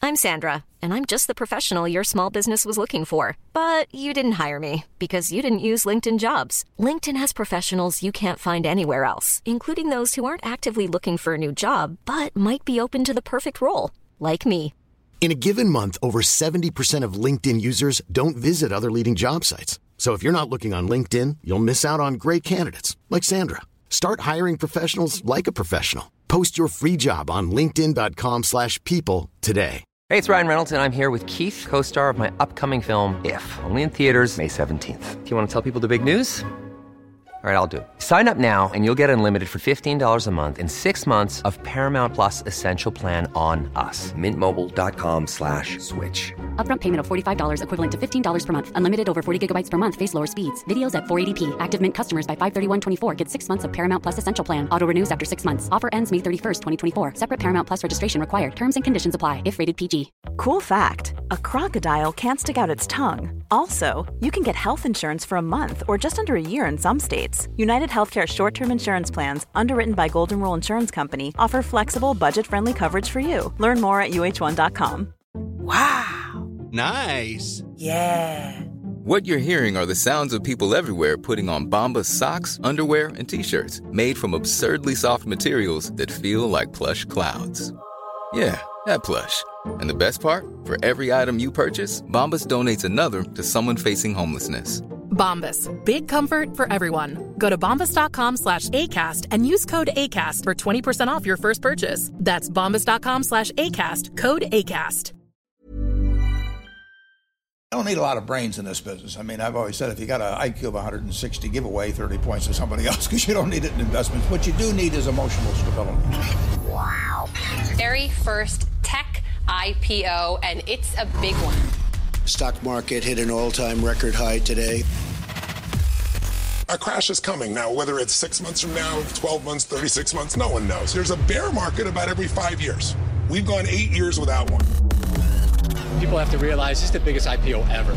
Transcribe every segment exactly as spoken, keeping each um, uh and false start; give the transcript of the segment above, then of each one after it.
I'm Sandra, and I'm just the professional your small business was looking for. But you didn't hire me because you didn't use LinkedIn Jobs. LinkedIn has professionals you can't find anywhere else, including those who aren't actively looking for a new job, but might be open to the perfect role, like me. In a given month, over seventy percent of LinkedIn users don't visit other leading job sites. So if you're not looking on LinkedIn, you'll miss out on great candidates like Sandra. Start hiring professionals like a professional. Post your free job on linkedin dot com slash people today. Hey, it's Ryan Reynolds, and I'm here with Keith, co-star of my upcoming film, If, only in theaters May seventeenth. Do you want to tell people the big news? All right, I'll do it. Sign up now and you'll get unlimited for fifteen dollars a month and six months of Paramount Plus Essential Plan on us. Mint Mobile dot com slash switch. Upfront payment of forty-five dollars equivalent to fifteen dollars per month. Unlimited over forty gigabytes per month. Face lower speeds. Videos at four eighty p. Active Mint customers by five thirty-one twenty-four get six months of Paramount Plus Essential Plan. Auto renews after six months. Offer ends May thirty-first, twenty twenty-four. Separate Paramount Plus registration required. Terms and conditions apply if rated P G. Cool fact, a crocodile can't stick out its tongue. Also, you can get health insurance for a month or just under a year in some states. United Healthcare short-term insurance plans, underwritten by Golden Rule Insurance Company, offer flexible, budget-friendly coverage for you. Learn more at U H one dot com. Wow. Nice. Yeah. What you're hearing are the sounds of people everywhere putting on Bombas socks, underwear, and T-shirts made from absurdly soft materials that feel like plush clouds. Yeah, that plush. And the best part? For every item you purchase, Bombas donates another to someone facing homelessness. Bombas. Big comfort for everyone. Go to bombas dot com slash ACAST and use code ACAST for twenty percent off your first purchase. That's bombas dot com slash ACAST. Code ACAST. I don't need a lot of brains in this business. I mean, I've always said if you got an I Q of one hundred sixty, give away thirty points to somebody else because you don't need it in investments. What you do need is emotional stability. Wow. Very first tech I P O, and it's a big one. Stock market hit an all-time record high today. A crash is coming. Now, whether it's six months from now, twelve months, thirty-six months, no one knows. There's a bear market about every five years. We've gone eight years without one. People have to realize this is the biggest I P O ever.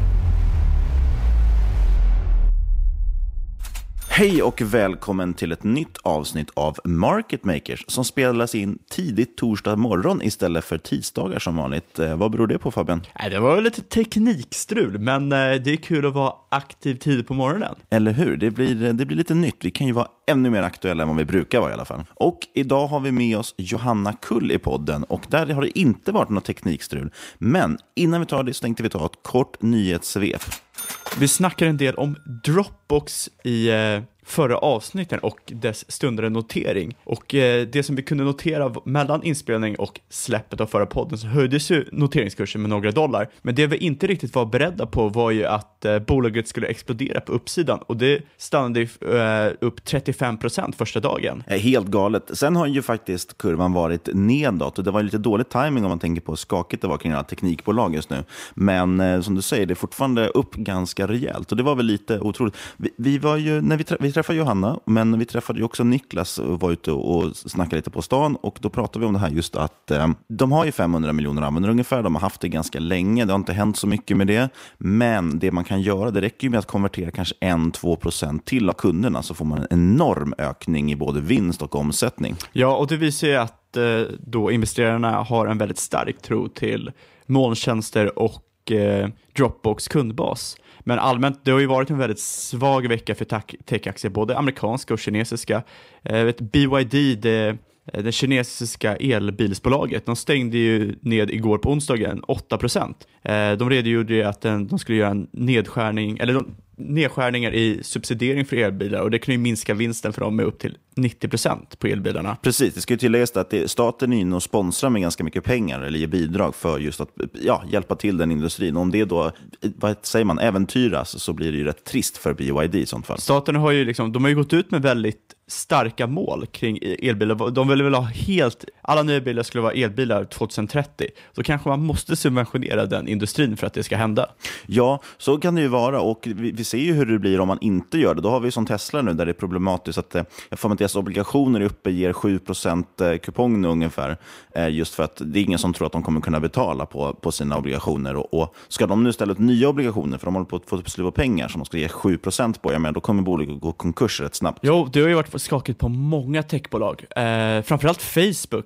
Hej och välkommen till ett nytt avsnitt av Market Makers som spelas in tidigt torsdag morgon istället för tisdagar som vanligt. Vad beror det på, Fabian? Det var lite teknikstrul, men det är kul att vara aktiv tid på morgonen. Eller hur? Det blir, det blir lite nytt. Vi kan ju vara ännu mer aktuella än vad vi brukar vara i alla fall. Och idag har vi med oss Johanna Kull i podden och där har det inte varit något teknikstrul. Men innan vi tar det så tänkte vi ta ett kort nyhetssvep. Vi snackar en del om Dropbox i eh, förra avsnitten och dess stundande notering. Och eh, det som vi kunde notera mellan inspelning och släppet av förra podden så höjdes ju noteringskursen med några dollar. Men det vi inte riktigt var beredda på var ju att eh, bolaget skulle explodera på uppsidan. Och det stannade eh, upp trettiofem procent första dagen. Helt galet. Sen har ju faktiskt kurvan varit nedåt och det var lite dålig timing om man tänker på skakigt det var kring alla teknikbolag just nu. Men eh, som du säger, det är fortfarande upp ganska rejält och det var väl lite otroligt. Vi, vi var ju, när vi, trä, vi träffade Johanna, men vi träffade ju också Niklas och var ute och snackade lite på stan och då pratade vi om det här just att eh, de har ju femhundra miljoner användare ungefär, de har haft det ganska länge, det har inte hänt så mycket med det, men det man kan göra, det räcker ju med att konvertera kanske en till två procent till av kunderna så får man en enorm ökning i både vinst och omsättning. Ja, och det visar ju att eh, då investerarna har en väldigt stark tro till molntjänster och eh, Dropbox kundbas. Men allmänt, det har ju varit en väldigt svag vecka för tech-aktier, både amerikanska och kinesiska. Eh, vet, B Y D, det, det kinesiska elbilsbolaget, de stängde ju ned igår på onsdagen åtta procent. Eh, de redogjorde ju att den, de skulle göra en nedskärning, eller de, nedskärningar i subsidiering för elbilar och det kan ju minska vinsten för dem med upp till nittio procent på elbilarna. Precis, det ska ju tilläggas att det, staten är inne och sponsrar med ganska mycket pengar eller ger bidrag för just att ja, hjälpa till den industrin. Och om det då, vad säger man, äventyras så blir det ju rätt trist för B Y D i sånt fall. Staten har ju liksom, de har ju gått ut med väldigt starka mål kring elbilar. De vill väl ha helt, alla nya bilar skulle vara elbilar tjugohundratrettio. Så kanske man måste subventionera den industrin för att det ska hända. Ja, så kan det ju vara och vi, vi ser ju hur det blir om man inte gör det. Då har vi som Tesla nu där det är problematiskt att jag får med att deras obligationer uppe ger sju procent kupong nu ungefär. Just för att det är ingen som tror att de kommer kunna betala på, på sina obligationer. Och, och ska de nu ställa ut nya obligationer för de håller på att få upp slut på pengar som de ska ge sju procent på, ja, men då kommer bolaget gå konkurs rätt snabbt. Jo, det har ju varit skakigt på många techbolag. Eh, framförallt Facebook och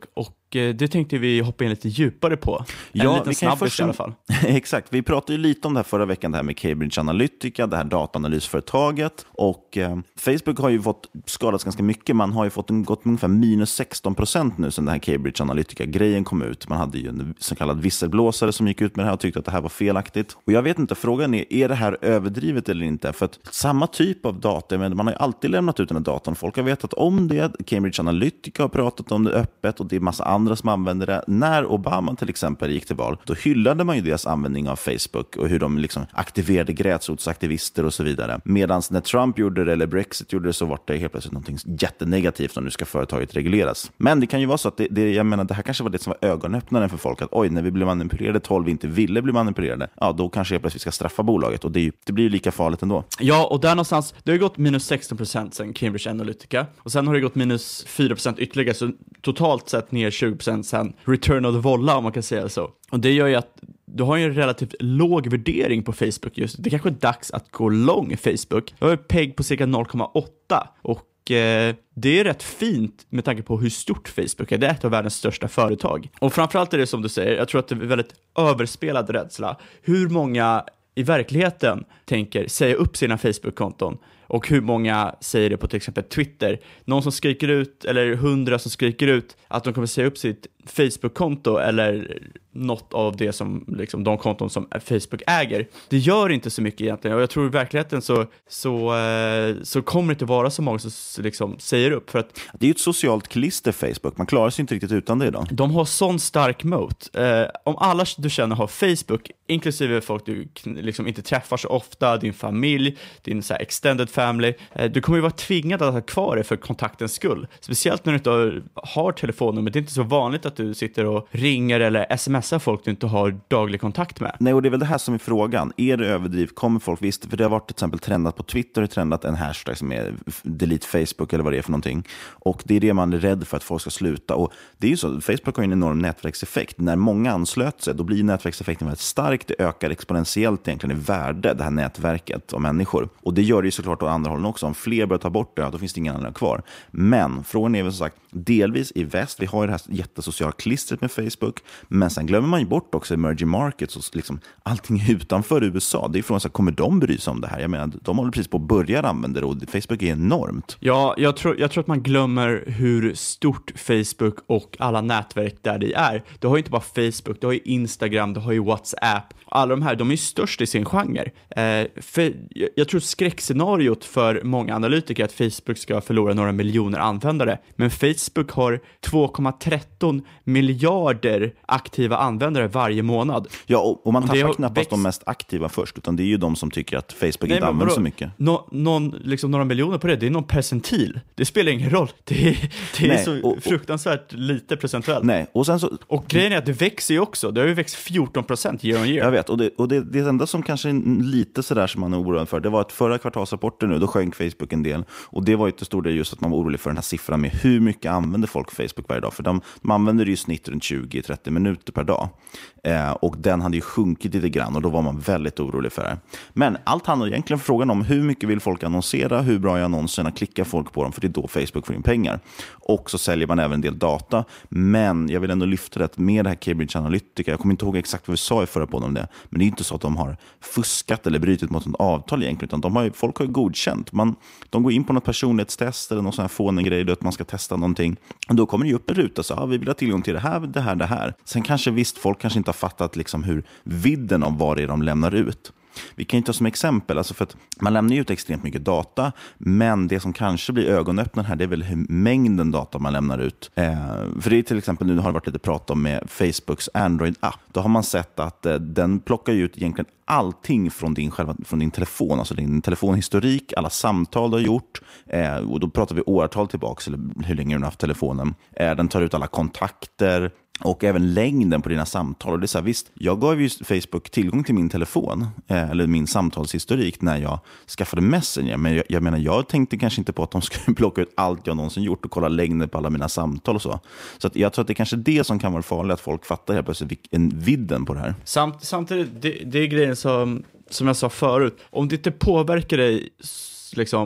det tänkte vi hoppa in lite djupare på. En Ja, liten vi kan snabbis först... i alla fall. Exakt, vi pratade ju lite om det här förra veckan, det här med Cambridge Analytica, det här dataanalysföretaget. Och eh, Facebook har ju fått skadats ganska mycket. Man har ju fått en, gått ungefär minus sexton procent nu sedan den här Cambridge Analytica-grejen kom ut. Man hade ju en så kallad visselblåsare som gick ut med det här och tyckte att det här var felaktigt. Och jag vet inte, frågan är, är det här överdrivet eller inte? För att samma typ av data, men man har ju alltid lämnat ut den här datan. Folk har vetat om det, Cambridge Analytica har pratat om det öppet och det är massa andra som använder det. När Obama till exempel gick till val, då hyllade man ju deras användning av Facebook och hur de liksom aktiverade gräsrotsaktivister och så vidare. Medan när Trump gjorde det eller Brexit gjorde det, så var det helt plötsligt någonting jättenegativt om nu ska företaget regleras. Men det kan ju vara så att det, det, jag menar, det här kanske var det som var ögonöppnaren för folk, att oj, när vi blev manipulerade, tolv inte ville bli manipulerade, ja då kanske helt plötsligt vi ska straffa bolaget, och det, är ju, det blir ju lika farligt ändå. Ja, och där någonstans, det har ju gått minus sexton procent sedan Cambridge Analytica, och sen har det gått minus fyra procent ytterligare, så totalt sett ner tjugo procent sen Return of the Volla, om man kan säga så. Och det gör ju att du har ju en relativt låg värdering på Facebook just. Det kanske är dags att gå lång Facebook. Jag har ett peg på cirka noll komma åtta, och eh, det är rätt fint med tanke på hur stort Facebook är. Det är ett av världens största företag. Och framförallt är det som du säger, jag tror att det är väldigt överspelad rädsla. Hur många i verkligheten tänker säga upp sina Facebook-konton? Och hur många säger det på till exempel Twitter? Någon som skriker ut, eller hundra som skriker ut att de kommer säga upp sitt Facebook-konto eller något av det som liksom, de konton som Facebook äger. Det gör inte så mycket egentligen, och jag tror i verkligheten så, så, så kommer det inte vara så många som liksom, säger upp. För att det är ju ett socialt klister, Facebook. Man klarar sig inte riktigt utan det idag. De har sån stark mot. Eh, om alla du känner har Facebook, inklusive folk du liksom inte träffar så ofta, din familj, din så här, extended family, eh, du kommer ju vara tvingad att ha kvar det för kontaktens skull. Speciellt när du inte har, har telefonnummer. Det är inte så vanligt att du sitter och ringer eller smsar folk du inte har daglig kontakt med. Nej, och det är väl det här som är frågan. Är det överdrivet? Kommer folk visst? För det har varit till exempel trendat på Twitter, trendat en hashtag som är delete Facebook eller vad det är för någonting. Och det är det man är rädd för, att folk ska sluta. Och det är ju så, Facebook har ju en enorm nätverkseffekt. När många anslöt sig, då blir nätverkseffekten väldigt stark. Det ökar exponentiellt egentligen i värde, det här nätverket av människor. Och det gör det ju såklart åt andra hållen också. Om fler börjar ta bort det, då finns det ingen annan kvar. Men frågan är väl som sagt, delvis i väst, vi har ju det här jättesociala klistret med Facebook, men sen glömmer man ju bort också emerging markets och liksom allting utanför U S A. Det är frågan så, kommer de bry sig om det här? Jag menar, de håller precis på att börja använda det, och Facebook är enormt. Ja, jag tror, jag tror att man glömmer hur stort Facebook och alla nätverk där det är. Du har ju inte bara Facebook, du har ju Instagram, du har ju WhatsApp. Alla de här, de är ju störst i sin genre. Eh, för, jag tror skräckscenariot för många analytiker är att Facebook ska förlora några miljoner användare. Men Facebook har två komma tretton miljarder aktiva användare varje månad. Ja, och, och man tappar och knappast växt... de mest aktiva först, utan det är ju de som tycker att Facebook Nej, inte använder vadå? så mycket. Nå, någon, liksom några miljoner på det, det är någon percentil. Det spelar ingen roll. Det är, det är Nej, så och, och, fruktansvärt lite procentuellt. Nej, och sen så... Och grejen är att det växer ju också. Det har ju växt fjorton procent year on year. Jag vet, och det, och det, det enda som kanske är lite sådär som man är orolig för, det var att förra kvartalsrapporten nu, då sjönk Facebook en del. Och det var ju till stor del just att man var orolig för den här siffran med hur mycket använder folk Facebook varje dag. För de, de använder ju i snitt runt tjugo till trettio minuter per dag. Eh, och den hade ju sjunkit lite grann, och då var man väldigt orolig för det. Men allt handlar egentligen frågan om hur mycket vill folk annonsera, hur bra är annonserna, klickar folk på dem, för det är då Facebook får in pengar. Och så säljer man även en del data. Men jag vill ändå lyfta det med det här Cambridge Analytica. Jag kommer inte ihåg exakt vad vi sa i förra podden om det, men det är inte så att de har fuskat eller brutit mot ett avtal egentligen, utan de har ju, folk har ju godkänt. Man, de går in på något personlighetstest eller någon sån här fånig grej då att man ska testa någonting. Och då kommer det ju upp en ruta så, ja, vi vill ha tillgång till det här, det här, det här. Sen kanske visst, folk kanske inte har fattat liksom hur vidden av vad det är de lämnar ut. Vi kan ju ta som exempel, alltså för att man lämnar ut extremt mycket data, men det som kanske blir ögonöppnaren här, det är väl hur mängden data man lämnar ut. Eh, för det är till exempel, nu har det varit lite prat om med Facebooks Android-app. Då har man sett att eh, den plockar ut egentligen allting från din, själva, från din telefon, alltså din telefonhistorik, alla samtal du har gjort, eh, och då pratar vi åratal tillbaka, eller hur länge du har haft telefonen. Eh, den tar ut alla kontakter, och även längden på dina samtal. Och det är så här, visst, jag gav ju Facebook tillgång till min telefon, eh, eller min samtalshistorik när jag skaffade Messenger. Men jag, jag menar, jag tänkte kanske inte på att de skulle plocka ut allt jag någonsin gjort och kolla längden på alla mina samtal och så. Så att jag tror att det är kanske det som kan vara farligt, att folk fattar helt plötsligt en vidden på det här. Samt, samtidigt, det, det är grejen som, som jag sa förut. Om det inte påverkar dig liksom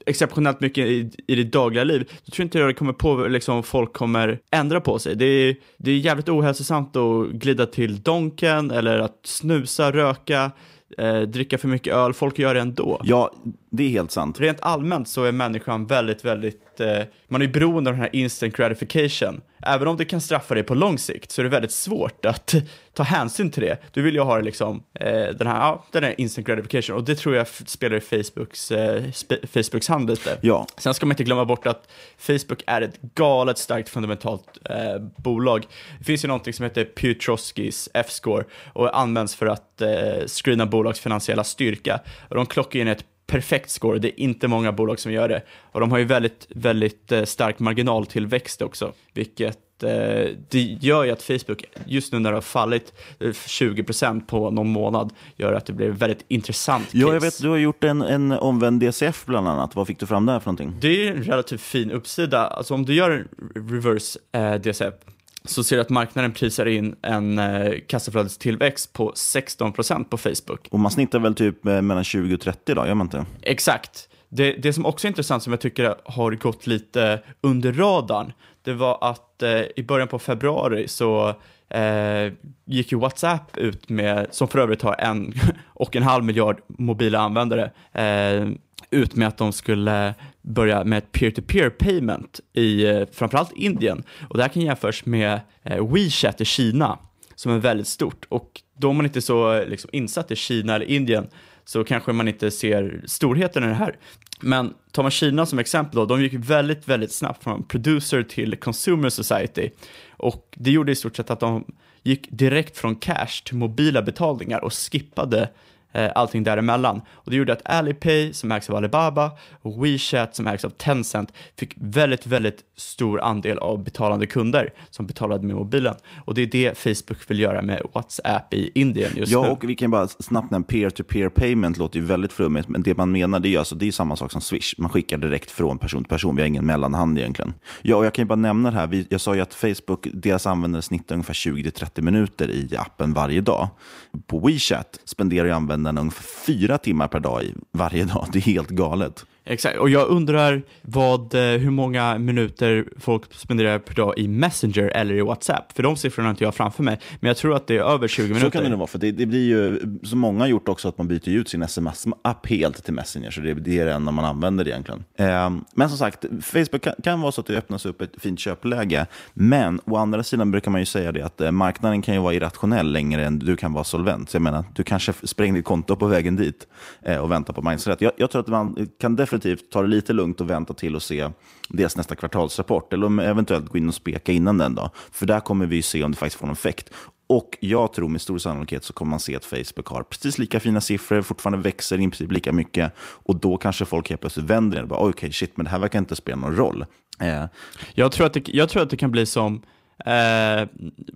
exceptionellt mycket i, i det dagliga liv, då tror inte jag det kommer på liksom, folk kommer ändra på sig. Det är, det är jävligt ohälsosamt att glida till donken eller att snusa, röka, eh, dricka för mycket öl. Folk gör det ändå. Ja, det är helt sant. Rent allmänt så är människan väldigt, väldigt... Eh, man är beroende av den här instant gratification. Även om det kan straffa dig på lång sikt så är det väldigt svårt att ta hänsyn till det. Du vill ju ha liksom, eh, den, här, ja, den här instant gratification. Och det tror jag f- spelar i Facebooks, eh, spe- Facebooks hand lite. Ja. Sen ska man inte glömma bort att Facebook är ett galet starkt fundamentalt eh, bolag. Det finns ju någonting som heter Piotrowskis F-score och används för att eh, screena bolags finansiella styrka. Och de klockar in ett perfekt score. Det är inte många bolag som gör det. Och de har ju väldigt, väldigt eh, stark marginaltillväxt också. Vilket eh, det gör ju att Facebook just nu när det har fallit eh, tjugo procent på någon månad gör att det blir väldigt intressant case. Ja, jag vet, du har gjort en, en omvänd D C F bland annat. Vad fick du fram där för någonting? Det är en relativt fin uppsida. Alltså om du gör en reverse eh, D C F så ser du att marknaden prisar in en eh, kassaflödestillväxt på sexton procent på Facebook. Och man snittar väl typ eh, mellan tjugo och trettio då, gör man inte? Exakt. Det, det som också är intressant som jag tycker har gått lite under radarn, det var att eh, i början på februari så eh, gick ju WhatsApp ut med, som för övrigt har en och en halv miljard mobila användare, eh, ut med att de skulle börja med ett peer-to-peer payment i eh, framförallt Indien. Och det här kan jämföras med eh, WeChat i Kina som är väldigt stort. Och då man inte är så liksom, insatt i Kina eller Indien så kanske man inte ser storheten i det här. Men tar man Kina som exempel då, de gick väldigt, väldigt snabbt från producer till consumer society. Och det gjorde i stort sett att de gick direkt från cash till mobila betalningar och skippade eh, allting däremellan. Och det gjorde att Alipay som ägs av Alibaba och WeChat som ägs av Tencent fick väldigt, väldigt stor andel av betalande kunder som betalade med mobilen. Och det är det Facebook vill göra med WhatsApp i Indien just ja, nu. Ja, och vi kan bara snabbt nämna peer-to-peer payment låter ju väldigt flummigt, men det man menar det är, alltså, det är samma sak som Swish. Man skickar direkt från person till person, vi har ingen mellanhand egentligen. Ja, och jag kan ju bara nämna det här, vi, jag sa ju att Facebook, deras användare snittar ungefär tjugo till trettio minuter i appen varje dag. På WeChat spenderar ju användarna ungefär fyra timmar per dag i varje dag, det är helt galet. Exakt, och jag undrar vad, hur många minuter folk spenderar per dag i Messenger eller i WhatsApp. För de siffrorna har inte jag framför mig. Men jag tror att det är över tjugo minuter. Så kan det nog vara, för det, det blir ju, så många har gjort också att man byter ut sin sms-app helt till Messenger. Så det, det är det enda man använder egentligen. Eh, men som sagt, Facebook kan, kan vara så att det öppnas upp ett fint köpläge. Men å andra sidan brukar man ju säga det att eh, marknaden kan ju vara irrationell längre än du kan vara solvent. Så jag menar, du kanske spränger ditt konto på vägen dit eh, och väntar på marknadsrätt. Jag, jag tror att man kan definitivt ta det lite lugnt och vänta till och se deras nästa kvartalsrapport eller eventuellt gå in och speka innan den då. För där kommer vi se om det faktiskt får någon effekt. Och jag tror med stor sannolikhet så kommer man se att Facebook har precis lika fina siffror, fortfarande växer i princip lika mycket och då kanske folk helt plötsligt vänder det och bara okej, okay, shit, men det här verkar inte spela någon roll. Eh. Jag, tror att det, jag tror att det kan bli som eh,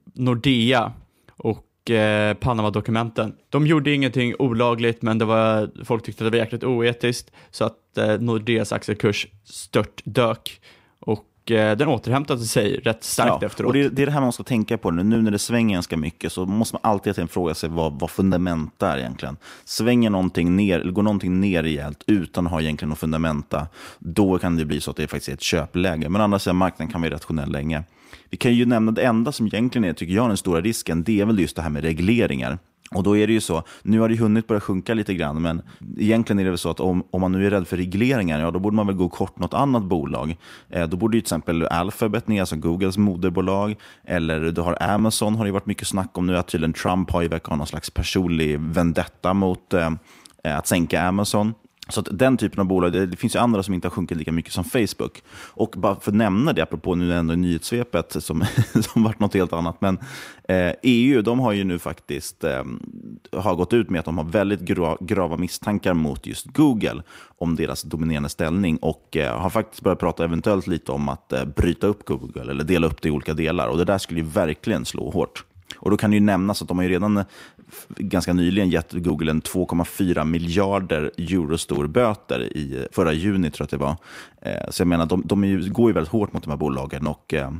Nordea och Eh, Panama-dokumenten. De gjorde ingenting olagligt, men det var, folk tyckte att det var jäkligt oetiskt, så att eh, Nordeas aktiekurs stört dök och eh, den återhämtade sig rätt starkt ja, efteråt. Och det, det är det här man ska tänka på nu. Nu när det svänger ganska mycket så måste man alltid fråga sig vad, vad fundament är egentligen. Svänger någonting ner, eller går någonting ner rejält utan att ha egentligen något fundamenta, då kan det bli så att det är faktiskt är ett köpläge. Men andra sidan, marknaden kan vara rationell länge. Vi kan ju nämna det enda som egentligen är, tycker jag, den stora risken, det är väl just det här med regleringar. Och då är det ju så, nu har det hunnit börja sjunka lite grann, men egentligen är det väl så att om, om man nu är rädd för regleringar, ja då borde man väl gå kort något annat bolag. Eh, då borde ju till exempel Alphabet ner, alltså Googles moderbolag, eller du har Amazon, har det varit mycket snack om nu, att tydligen Trump har ju verkar ha någon slags personlig vendetta mot eh, att sänka Amazon. Så att den typen av bolag, det, det finns ju andra som inte har sjunkit lika mycket som Facebook. Och bara för att nämna det, apropå nu ändå nyhetssvepet som, som varit något helt annat, men eh, E U, de har ju nu faktiskt eh, har gått ut med att de har väldigt gra, grava misstankar mot just Google om deras dominerande ställning och eh, har faktiskt börjat prata eventuellt lite om att eh, bryta upp Google eller dela upp det i olika delar, och det där skulle ju verkligen slå hårt. Och då kan det ju nämnas att de har ju redan ganska nyligen gett Google en två komma fyra miljarder euro stor böter i förra juni, tror jag att det var. Så jag menar, de, de är ju, går ju väldigt hårt mot de här bolagen och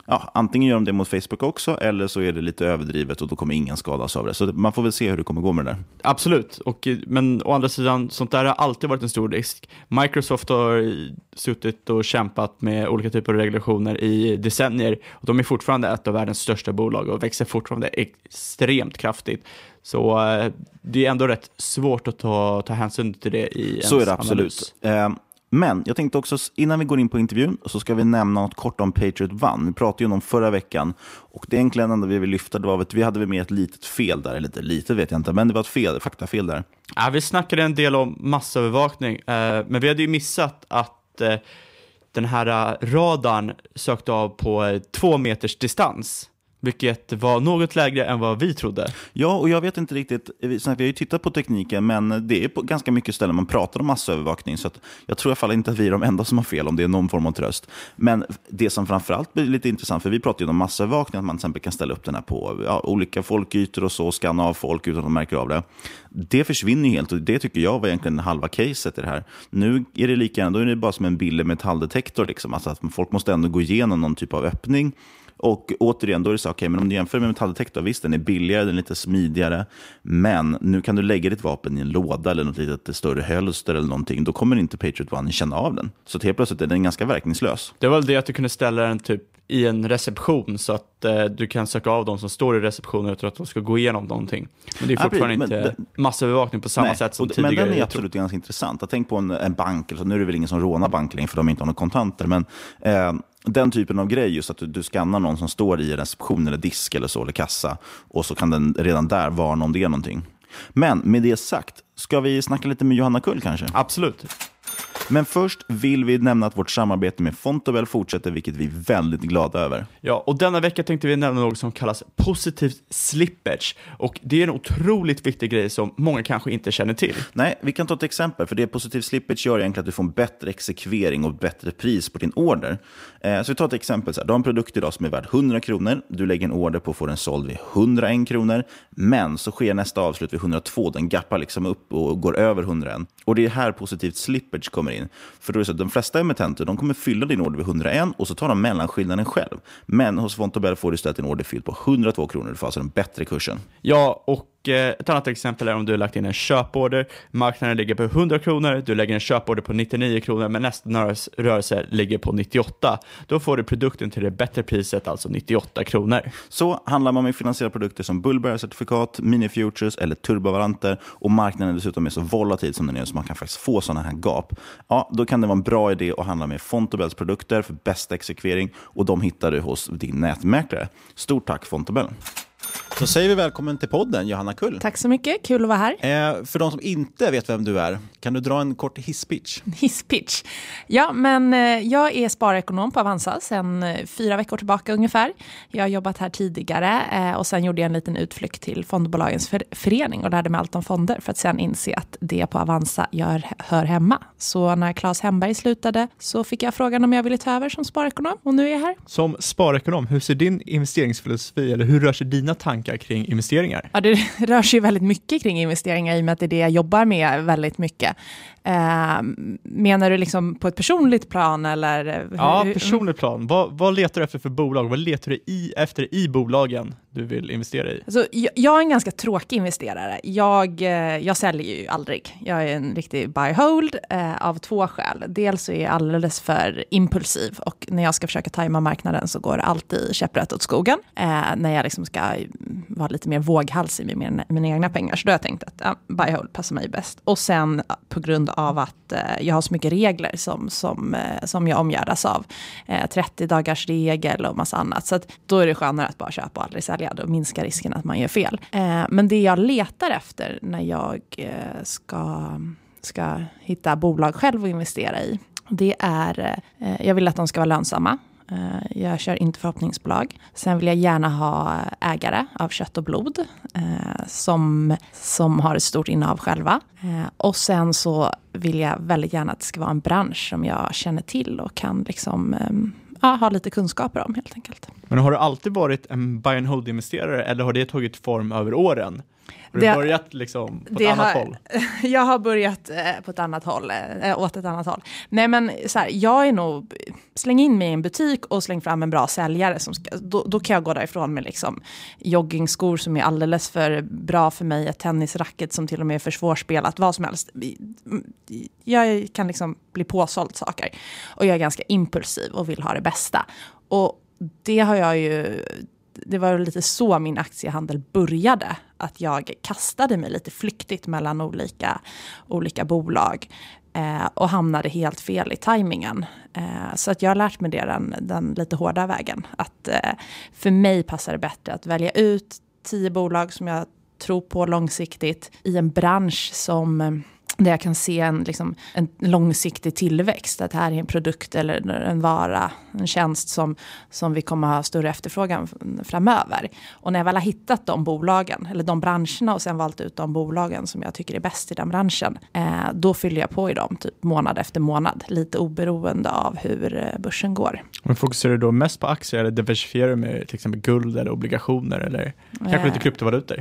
ja, antingen gör de det mot Facebook också, eller så är det lite överdrivet och då kommer ingen skadas av det. Så man får väl se hur det kommer gå med det där. Absolut, och, men å andra sidan, sånt där har alltid varit en stor risk. Microsoft har suttit och kämpat med olika typer av regulationer i decennier, och de är fortfarande ett av världens största bolag och växer fortfarande extremt kraftigt. Så eh, det är ändå rätt svårt att ta, ta hänsyn till det i ens Så är det absolut. Eh, men jag tänkte också, innan vi går in på intervjun så ska vi nämna något kort om Patriot One. Vi pratade ju om förra veckan, och det egentligen enda vi vill lyfta, det var att vi hade med ett litet fel där, eller lite lite vet jag inte, men det var ett fel, faktafel där. Ja, vi snackade en del om massövervakning, eh, men vi hade ju missat att eh, den här radarn sökte av på eh, två meters distans. Vilket var något lägre än vad vi trodde. Ja, och jag vet inte riktigt, vi har ju tittat på tekniken, men det är på ganska mycket ställen man pratar om massövervakning, så att jag tror i alla fall inte att vi är de enda som har fel om det är någon form av tröst. Men det som framförallt blir lite intressant, för vi pratar ju om massövervakning, att man till exempel kan ställa upp den här på ja, olika folkytor och så, skanna av folk utan att de märker av det. Det försvinner helt, och det tycker jag var egentligen halva caset i det här. Nu är det lika gärna, då är det bara som en billig metalldetektor liksom, alltså att folk måste ändå gå igenom någon typ av öppning. Och återigen, då är det så, okej, okay, men om du jämför med metalldetektor, visst, den är billigare, den är lite smidigare, men nu kan du lägga ditt vapen i en låda eller något lite större hölster eller någonting, då kommer inte Patriot One känna av den. Så helt plötsligt är den ganska verkningslös. Det var väl det att du kunde ställa den typ i en reception, så att eh, du kan söka av de som står i receptionen utan att de ska gå igenom någonting. Men det är fortfarande ja, inte den, massövervakning på samma nej, sätt som och, tidigare. Men den är absolut ganska intressant. Jag tänk på en, en bank, alltså, nu är det väl ingen som rånar bank för de inte har några kontanter, men eh, den typen av grej, just att du, du skannar någon som står i reception eller disk eller så, eller kassa, och så kan den redan där varna om det är någonting. Men med det sagt, ska vi snacka lite med Johanna Kull kanske? Absolut. Men först vill vi nämna att vårt samarbete med Fontobel fortsätter, vilket vi är väldigt glada över. Ja, och denna vecka tänkte vi nämna något som kallas positivt slippage. Och det är en otroligt viktig grej som många kanske inte känner till. Nej, vi kan ta ett exempel, för det positivt slippage gör egentligen att du får en bättre exekvering och bättre pris på din order. Eh, så vi tar ett exempel så här. Du har en produkt idag som är värd hundra kronor. Du lägger en order på att få den såld vid hundraen kronor. Men så sker nästa avslut vid hundratvå. Den gappar liksom upp och går över hundraen. Och det är här positivt slippage kommer in. För då är det så att de flesta emittenter, de kommer fylla din order vid hundraen och så tar de mellanskillnaden själv. Men hos Fontobel får du istället en order fylld på hundratvå kronor. Du får alltså den bättre kursen. Ja, och ett annat exempel är om du har lagt in en köporder, marknaden ligger på hundra kronor, du lägger en köporder på nittionio kronor, men nästa rörelse ligger på nittioåtta. Då får du produkten till det bättre priset, alltså nittioåtta kronor. Så handlar man med finansierade produkter som bullbear-certifikat, mini-futures eller turbovaranter, och marknaden dessutom är så volatil som den är, så man kan faktiskt få sådana här gap. Ja, då kan det vara en bra idé att handla med Fontobels produkter för bästa exekvering, och de hittar du hos din nätmäklare. Stort tack Fontobel! Så säger vi välkommen till podden, Johanna Kull. Tack så mycket, kul att vara här. Eh, för de som inte vet vem du är, kan du dra en kort hisspitch? Hisspitch? Ja, men eh, jag är sparekonom på Avanza sedan eh, fyra veckor tillbaka ungefär. Jag har jobbat här tidigare eh, och sen gjorde jag en liten utflykt till fondbolagens för- förening och lärde mig allt om fonder för att sen inse att det på Avanza gör, hör hemma. Så när Claes Hemberg slutade så fick jag frågan om jag ville ta över som sparekonom, och nu är jag här. Som sparekonom, hur ser din investeringsfilosofi, eller hur rör sig dina tankar kring investeringar? Ja, det rör sig väldigt mycket kring investeringar i och med att det är det jag jobbar med väldigt mycket. Eh, menar du liksom på ett personligt plan? Eller? Ja, personligt plan. Vad, vad letar du efter för bolag? Vad letar du i, efter i bolagen du vill investera i? Alltså, jag, jag är en ganska tråkig investerare. Jag, jag säljer ju aldrig. Jag är en riktig buy-hold eh, av två skäl. Dels så är jag alldeles för impulsiv, och när jag ska försöka tajma marknaden så går det alltid käpprätt åt skogen. Eh, när jag liksom ska vara lite mer våghalsig med mina, mina egna pengar. Så då har jag tänkt att ja, buy-hold passar mig bäst. Och sen på grund av att eh, jag har så mycket regler som, som, eh, som jag omgärdas av. Eh, trettio dagars regel och massa annat. Så att då är det skönare att bara köpa och aldrig sälja och minska risken att man gör fel. Eh, men det jag letar efter när jag eh, ska, ska hitta bolag själv och investera i, det är, eh, jag vill att de ska vara lönsamma. Eh, jag kör inte förhoppningsbolag. Sen vill jag gärna ha ägare av kött och blod eh, som, som har ett stort innehav själva. Eh, och sen så vill jag väldigt gärna att det ska vara en bransch som jag känner till och kan liksom... Eh, Ja, ha lite kunskaper om helt enkelt. Men har du alltid varit en buy and hold investerare, eller har det tagit form över åren? Har du Det- börjat liksom på ett Det annat har, håll? Jag har börjat eh, på ett annat håll, eh, åt ett annat håll. Nej men så här, jag är nog, släng in mig i en butik och släng fram en bra säljare. Som ska, då, då kan jag gå därifrån med liksom joggingskor som är alldeles för bra för mig, ett tennisracket som till och med är för svårspelat, vad som helst. Jag kan liksom bli påsåld saker. Och jag är ganska impulsiv och vill ha det bästa. Och det har jag ju... Det var lite så min aktiehandel började. Att jag kastade mig lite flyktigt mellan olika, olika bolag. Eh, och hamnade helt fel i tajmingen. Eh, så att jag har lärt mig det den, den lite hårda vägen. Att eh, för mig passar det bättre att välja ut tio bolag som jag tror på långsiktigt. I en bransch som... Eh, där jag kan se en, liksom, en långsiktig tillväxt. Att det här är en produkt eller en vara, en tjänst som, som vi kommer ha större efterfrågan framöver. Och när jag väl har hittat de bolagen, eller de branscherna och sen valt ut de bolagen som jag tycker är bäst i den branschen. Eh, då fyller jag på i dem typ månad efter månad. Lite oberoende av hur börsen går. Men fokuserar du då mest på aktier eller diversifierar du med till exempel guld eller obligationer eller kanske Eh. lite kryptovalutor?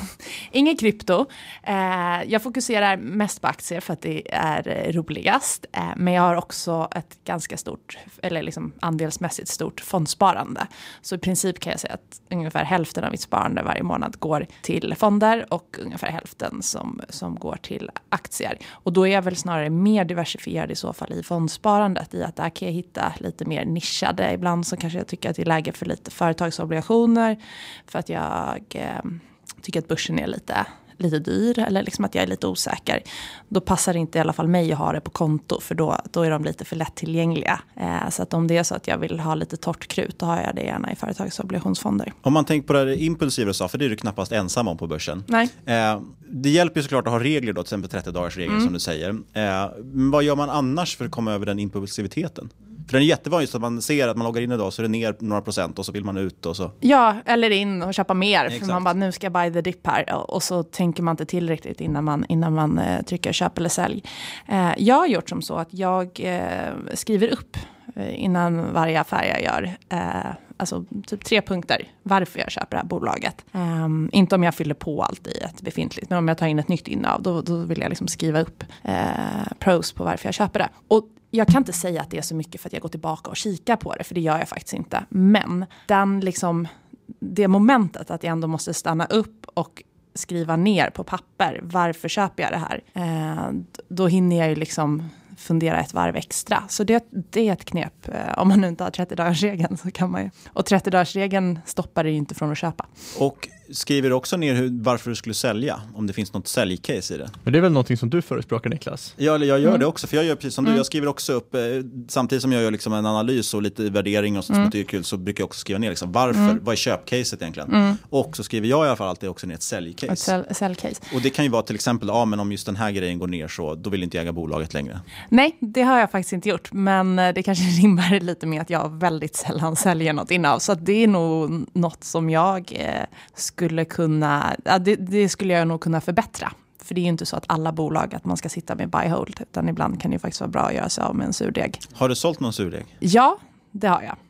Ingen krypto. Eh, jag fokuserar mest på aktier för att det är roligast. Eh, men jag har också ett ganska stort, eller liksom andelsmässigt stort fondsparande. Så i princip kan jag säga att ungefär hälften av mitt sparande varje månad går till fonder och ungefär hälften som, som går till aktier. Och då är jag väl snarare mer diversifierad i så fall i fondsparandet. I att där kan jag hitta lite mer nischade. Ibland så kanske jag tycker att det är läge för lite företagsobligationer. För att jag eh, tycker att börsen är lite... lite dyr eller liksom att jag är lite osäker. Då passar det inte i alla fall mig att ha det på konto för då, då är de lite för lättillgängliga. Eh, så att om det är så att jag vill ha lite torrt krut då har jag det gärna i företagsobligationsfonder. Om man tänker på det här impulsiva sa, för det är du knappast ensam om på börsen. Nej. Eh, det hjälper ju såklart att ha regler då, till exempel trettio dagars regler Mm. som du säger. Eh, men vad gör man annars för att komma över den impulsiviteten? För den är jättevanligt att man ser att man loggar in idag så är det ner några procent och så vill man ut och så. Ja, eller in och köpa mer. Exakt. För man bara, nu ska jag buy the dip här. Och så tänker man inte tillräckligt innan man, innan man eh, trycker köp eller sälj. Eh, jag har gjort som så att jag eh, skriver upp eh, innan varje affär jag gör. Eh, alltså typ tre punkter varför jag köper det här bolaget. Eh, inte om jag fyller på allt i ett befintligt. Men om jag tar in ett nytt innehav då, då vill jag liksom skriva upp eh, pros på varför jag köper det. Och jag kan inte säga att det är så mycket för att jag går tillbaka och kikar på det. För det gör jag faktiskt inte. Men den liksom, det momentet att jag ändå måste stanna upp och skriva ner på papper. Varför köper jag det här? Eh, då hinner jag ju liksom fundera ett varv extra. Så det, det är ett knep. Eh, om man nu inte har trettio-dagarsregeln så kan man ju. Och trettio-dagarsregeln stoppar det ju inte från att köpa. Och skriver du också ner hur, varför du skulle sälja? Om det finns något säljcase i det. Men det är väl någonting som du förespråkar, Niklas? Ja, jag gör Mm. det också. För jag gör precis som Mm. du. Jag skriver också upp, eh, samtidigt som jag gör liksom en analys och lite värdering och sånt Mm. som jag tycker är kul, så brukar jag också skriva ner liksom, varför, Mm. vad är köpcaset egentligen? Mm. Och så skriver jag i alla fall alltid också ner ett säljcase. Ett sälj, säljcase. Och det kan ju vara till exempel, ja men om just den här grejen går ner så då vill inte jag äga bolaget längre. Nej, det har jag faktiskt inte gjort. Men eh, det kanske rimmar lite med att jag väldigt sällan säljer något innehav. Så att det är nog något som jag eh, skulle kunna, ja, det, det skulle jag nog kunna förbättra. För det är ju inte så att alla bolag att man ska sitta med buy hold. Utan ibland kan det ju faktiskt vara bra att göra sig av med en surdeg. Har du sålt någon surdeg? Ja, det har jag.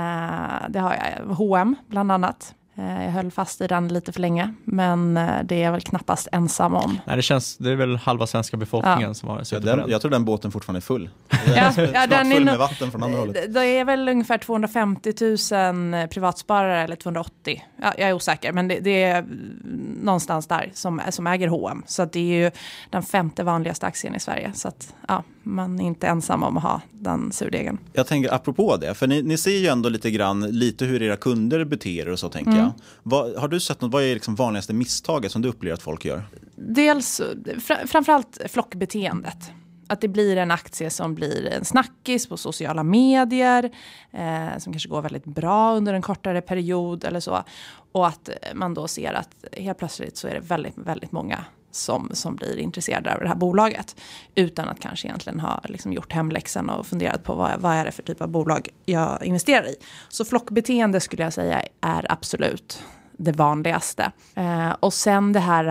Eh, det har jag. H och M bland annat. Eh, jag höll fast i den lite för länge. Men eh, det är jag väl knappast ensam om. Nej, det känns, det är väl halva svenska befolkningen Ja. som har Ja, suttit på den, den. jag tror den båten fortfarande är full. Ja, ja, den är full nog- med vatten från andra hållet. Det är väl ungefär tvåhundrafemtio tusen privatsparare eller tvåhundraåttio. Ja, jag är osäker, men det, det är någonstans där som, som äger H och M. Så att det är ju den femte vanligaste aktien i Sverige. Så att ja, man är inte ensam om att ha den surdegen. Jag tänker apropå det, för ni, ni ser ju ändå lite grann lite hur era kunder beter er och så tänker Mm. jag. Vad, har du sett något, vad är liksom vanligaste misstaget som du upplever att folk gör? Dels fr- framförallt flockbeteendet. Att det blir en aktie som blir en snackis på sociala medier. Eh, som kanske går väldigt bra under en kortare period eller så. Och att man då ser att helt plötsligt så är det väldigt, väldigt många som, som blir intresserade av det här bolaget. Utan att kanske egentligen ha liksom gjort hemläxan och funderat på vad, vad är det för typ av bolag jag investerar i. Så flockbeteende skulle jag säga är absolut det vanligaste. Eh, och sen det här...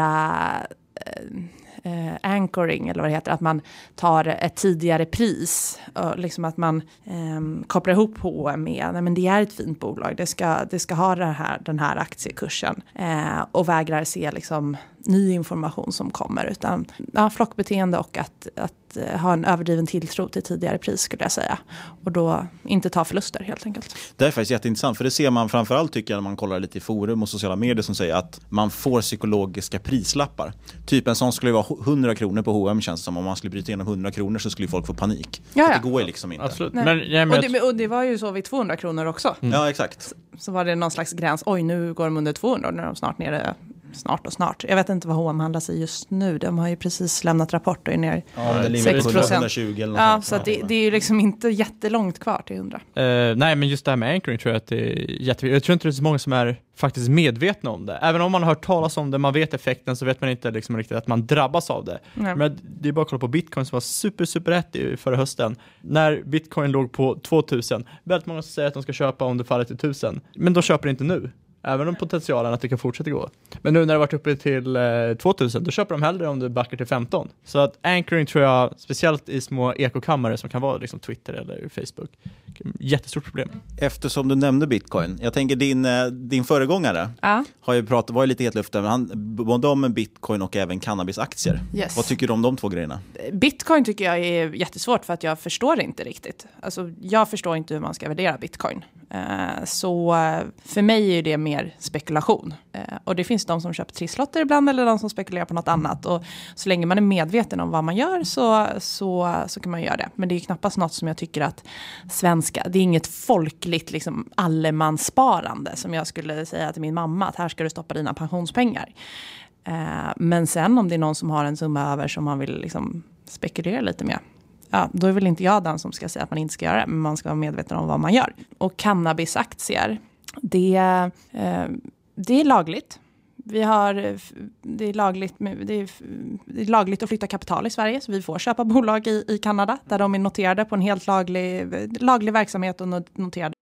Eh, Eh, anchoring eller vad det heter, att man tar ett tidigare pris och liksom att man eh, kopplar ihop H och M med, nej men det är ett fint bolag, det ska, det ska ha den här, den här aktiekursen eh, och vägrar se liksom ny information som kommer, utan ja, flockbeteende och att, att uh, ha en överdriven tilltro till tidigare pris skulle jag säga. Och då inte ta förluster helt enkelt. Det är faktiskt jätteintressant, för det ser man framförallt tycker jag när man kollar lite i forum och sociala medier som säger att man får psykologiska prislappar. Typ en sån skulle vara hundra kronor på H och M, känns det som. Om man skulle bryta igenom hundra kronor så skulle folk få panik. Jaja. Det går ju liksom inte. Absolut. Men, men, och, det, och det var ju så vid tvåhundra kronor också. Mm. Ja, exakt. Så, så var det någon slags gräns. Oj, nu går de under tvåhundra, när de snart nere. Snart och snart. Jag vet inte vad H och M handlar sig just nu. De har ju precis lämnat rapport och är ner ja, sex procent. hundratjugo eller något ja, sånt. så att det, det är ju liksom inte jättelångt kvar till hundra. Uh, nej, men just det här med anchoring tror jag att det är jätteviktigt. Jag tror inte det är så många som är faktiskt medvetna om det. Även om man har hört talas om det, man vet effekten, så vet man inte liksom riktigt att man drabbas av det. Nej. Men det är bara att kolla på Bitcoin som var super, super rätt i förra hösten. När Bitcoin låg på tvåtusen, väldigt många som säger att de ska köpa om det faller till tusen. Men de köper inte nu. Även om potentialen att det kan fortsätta gå. Men nu när det varit uppe till eh, tvåtusen, då köper de hellre om det backar till femton. Så att anchoring tror jag, speciellt i små ekokammare som kan vara liksom Twitter eller Facebook, jättestort problem. Eftersom du nämnde Bitcoin, jag tänker din, din föregångare ja. har ju pratat, var ju lite helt luften, men han både om Bitcoin och även cannabisaktier. Yes. Vad tycker du om de två grejerna? Bitcoin tycker jag är jättesvårt för att jag förstår inte riktigt. Alltså, jag förstår inte hur man ska värdera Bitcoin. Uh, så uh, för mig är det mer spekulation. Uh, och det finns de som köper trisslotter ibland eller de som spekulerar på något annat. Och så länge man är medveten om vad man gör så, så, så kan man göra det. Men det är knappast något som jag tycker att svenska, det är inget folkligt liksom, allemanssparande som jag skulle säga till min mamma att här ska du stoppa dina pensionspengar. Uh, men sen om det är någon som har en summa över som man vill liksom, spekulera lite med. Ja, då är väl inte jag den som ska säga att man inte ska göra det, men man ska vara medveten om vad man gör. Och cannabisaktier, det, eh, det är lagligt. Vi har, det, är lagligt det, är, det är lagligt att flytta kapital i Sverige, så vi får köpa bolag i, i Kanada där de är noterade på en helt laglig, laglig verksamhet och noterade.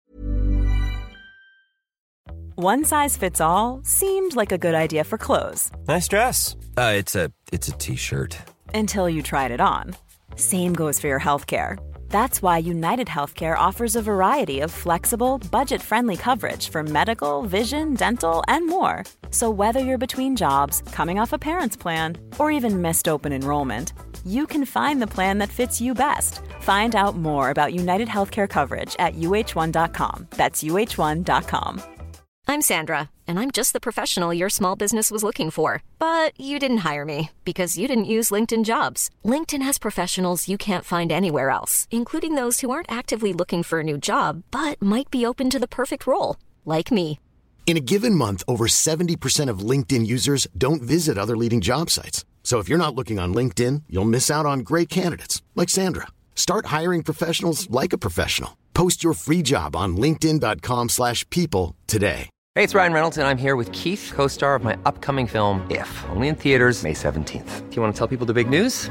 One size fits all seemed like a good idea for clothes. Nice dress. Uh, it's a it's a t-shirt. Until you tried it on. Same goes for your healthcare. That's why United Healthcare offers a variety of flexible, budget-friendly coverage for medical, vision, dental, and more. So whether you're between jobs, coming off a parent's plan, or even missed open enrollment, you can find the plan that fits you best. Find out more about United Healthcare coverage at U H one dot com. That's U H one dot com. I'm Sandra, and I'm just the professional your small business was looking for. But you didn't hire me because you didn't use LinkedIn Jobs. LinkedIn has professionals you can't find anywhere else, including those who aren't actively looking for a new job, but might be open to the perfect role, like me. In a given month, over seventy percent of LinkedIn users don't visit other leading job sites. So if you're not looking on LinkedIn, you'll miss out on great candidates like Sandra. Start hiring professionals like a professional. Post your free job on linkedin dot com slash people today. Hey, it's Ryan Reynolds, and I'm here with Keith, co-star of my upcoming film, If, only in theaters May seventeenth. Do you want to tell people the big news?